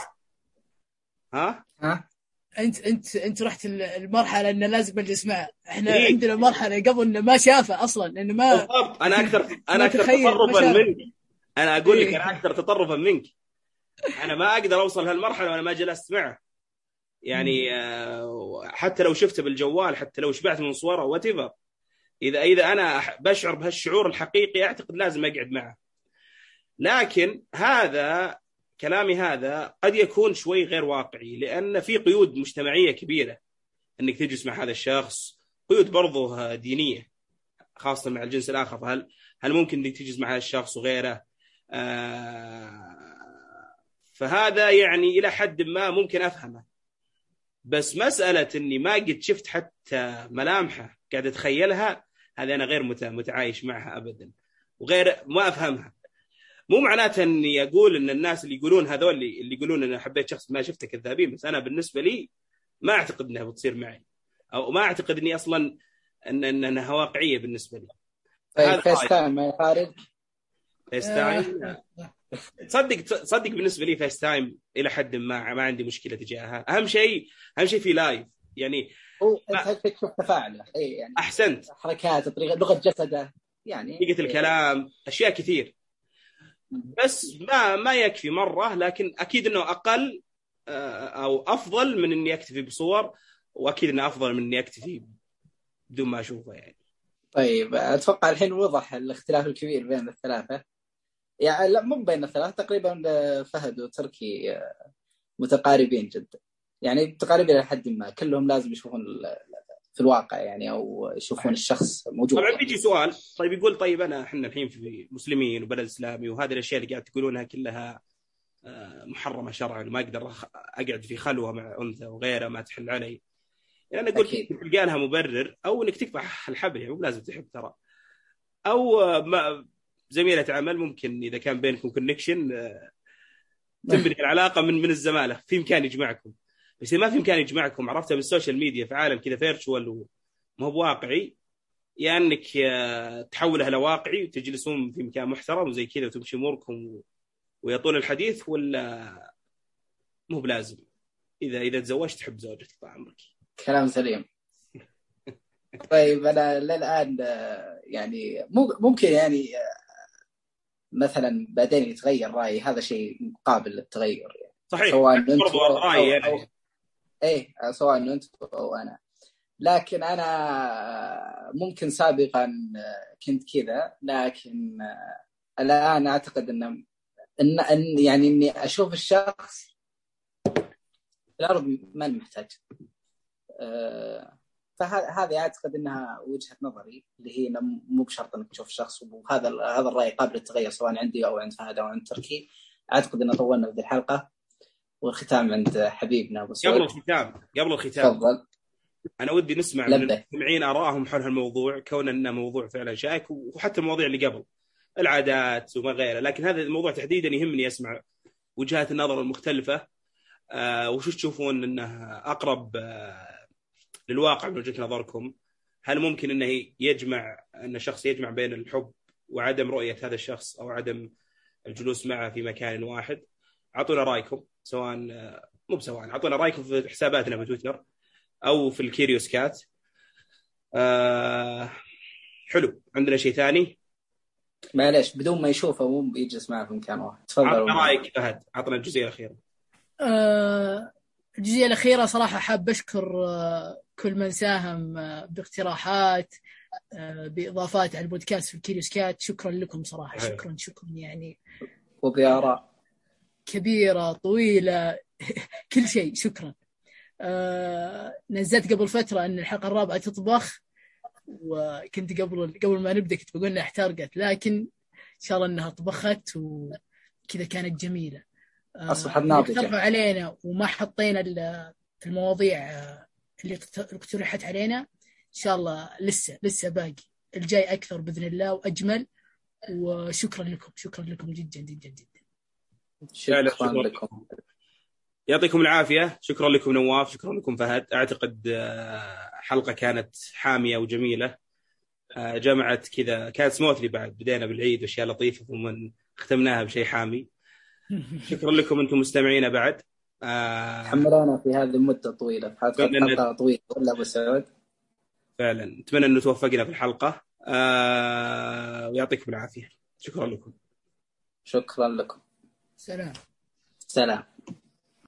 انت رحت المرحله انه لازم نجلس معه. احنا عندنا مرحله قبل انه ما شافه اصلا، انه ما بالضبط. انا اكثر تطرفا منك. انا اقول لك انا اكثر تطرفا منك. انا ما اقدر اوصل هالمرحله وانا ما جلست معه. يعني حتى لو شفته بالجوال، حتى لو شبعت من صوره واتيفر، اذا انا بشعر بهالشعور الحقيقي اعتقد لازم اقعد معه. لكن هذا كلامي هذا قد يكون شوي غير واقعي، لأن في قيود مجتمعية كبيرة أنك تجلس مع هذا الشخص، قيود برضه دينية خاصة مع الجنس الآخر. هل ممكن أنك تجلس مع هذا الشخص وغيره؟ فهذا يعني إلى حد ما ممكن أفهمه، بس مسألة إني ما قد شفت حتى ملامحه قاعد أتخيلها، هذا أنا غير متعايش معها أبدا، وغير ما أفهمها. مو معناته إني أقول إن الناس اللي يقولون هذول اللي يقولون إن حبيت شخص ما شفته كذابين، بس أنا بالنسبة لي ما أعتقد إنها بتصير معي، أو ما أعتقد إني أصلا إنها واقعية بالنسبة لي. طيب فيس تايم ما يخارج؟ فيس تايم صدق بالنسبة لي فيس تايم إلى حد ما عندي مشكلة تجاهها. أهم شيء في لايف يعني أنت تشوف تفاعله، يعني أحسنت، حركات، طريقة، لغة جسده، يعني طريقة الكلام، أشياء كثير، بس ما يكفي مرة. لكن أكيد إنه أقل أو أفضل من إني أكتفي بصور، وأكيد إنه أفضل من إني أكتفي بدون ما أشوفه يعني. طيب أتوقع الحين وضح الاختلاف الكبير بين الثلاثة، يعني لا مو بين الثلاثة، تقريبا فهد وتركي متقاربين جدا، يعني متقاربين لحد ما، كلهم لازم يشوفون في الواقع يعني، أو يشوفون الشخص موجود. طبعا يعني. بيجي سؤال، طيب يقول طيب احنا الحين في مسلمين وبلد اسلامي، وهذه الاشياء اللي قاعد تقولونها كلها محرمه شرعا، وما اقدر اقعد في خلوه مع انثى وغيره ما تحل علي. يعني انا قلت تلقى لها مبرر، او انك تقطع الحبل، يعني مو لازم تحب ترى، او زميله عمل ممكن اذا كان بينكم كونكشن تنبني العلاقه من الزماله، في امكان يجمعكم. بس ما في امكان يجمعكم، عرفتها بالسوشيال ميديا في عالم كذا فيرتشوال وما هو بواقعي، يعني انك تحولها لواقعي وتجلسون في مكان محترم وزي كذا وتمشي اموركم ويطول الحديث، ولا مو بلازم اذا تزوجت تحب زوجتك طال عمرك. كلام سليم. طيب انا للان يعني ممكن يعني مثلا بعدين يتغير رايي، هذا شيء قابل للتغير يعني. صحيح، سواء انت رايي أو سواء انت او انا، لكن انا ممكن سابقا كنت كذا، لكن الان اعتقد ان يعني اني اشوف الشخص في الارض ما محتاج. فهذه اعتقد انها وجهة نظري، اللي هي مو بشرط انك تشوف الشخص، وهذا الراي قابل للتغير سواء عندي او عند فهد او عند تركي. اعتقد ان طولنا في الحلقه، والختام عند حبيبنا ابو سعود. قبل الختام تفضل. انا ودي نسمع من المستمعين ارائهم حول هالموضوع، كون انه موضوع فعلا شائك، وحتى المواضيع اللي قبل العادات وما غيره، لكن هذا الموضوع تحديدا يهمني اسمع وجهات النظر المختلفه. وشو تشوفون انه اقرب للواقع من وجهة نظركم؟ هل ممكن انه ان الشخص يجمع بين الحب وعدم رؤية هذا الشخص، او عدم الجلوس معه في مكان واحد؟ اعطونا رايكم، اعطونا رايكم في حساباتنا في تويتر او في الكيريوس كات. حلو، عندنا شيء ثاني؟ معليش بدون ما يشوفه مو يجلس معه في مكان واحد. تفضل. عطنا رايك فهد، عطنا الجزئية الأخيرة. الجزئية الأخيرة صراحة حاب أشكر كل من ساهم باقتراحات بإضافات على البودكاست في الكيريوس كات. شكرا لكم صراحة. شكرا يعني، وبآراء كبيرة طويلة كل شيء. شكرا. نزلت قبل فترة أن الحلقة الرابعة تطبخ، وكنت قبل ما نبدأ كنت بقول أنها احترقت، لكن إن شاء الله أنها طبخت وكذا كانت جميلة. أصبحت ناضجة. اقترحوا علينا وما حطينا في المواضيع اللي اقترحت علينا، إن شاء الله لسه باقي الجاي أكثر بإذن الله وأجمل. وشكرا لكم جدا جدا جدا. شكرا لكم، يعطيكم العافية. شكرا لكم نواف، شكرا لكم فهد. أعتقد حلقة كانت حامية وجميلة، جمعت كذا، كانت سموثلي، بعد بدينا بالعيد وأشياء لطيفة ثم ختمناها بشيء حامي. شكرا لكم أنتم مستمعينا بعد. حملونا في هذه المدة الطويلة، في حلقة طويلة ولا أبو سعود؟ فعلا نتمنى أن توفقنا في الحلقة. ويعطيكم العافية. شكرا لكم. شكرا لكم. سلام.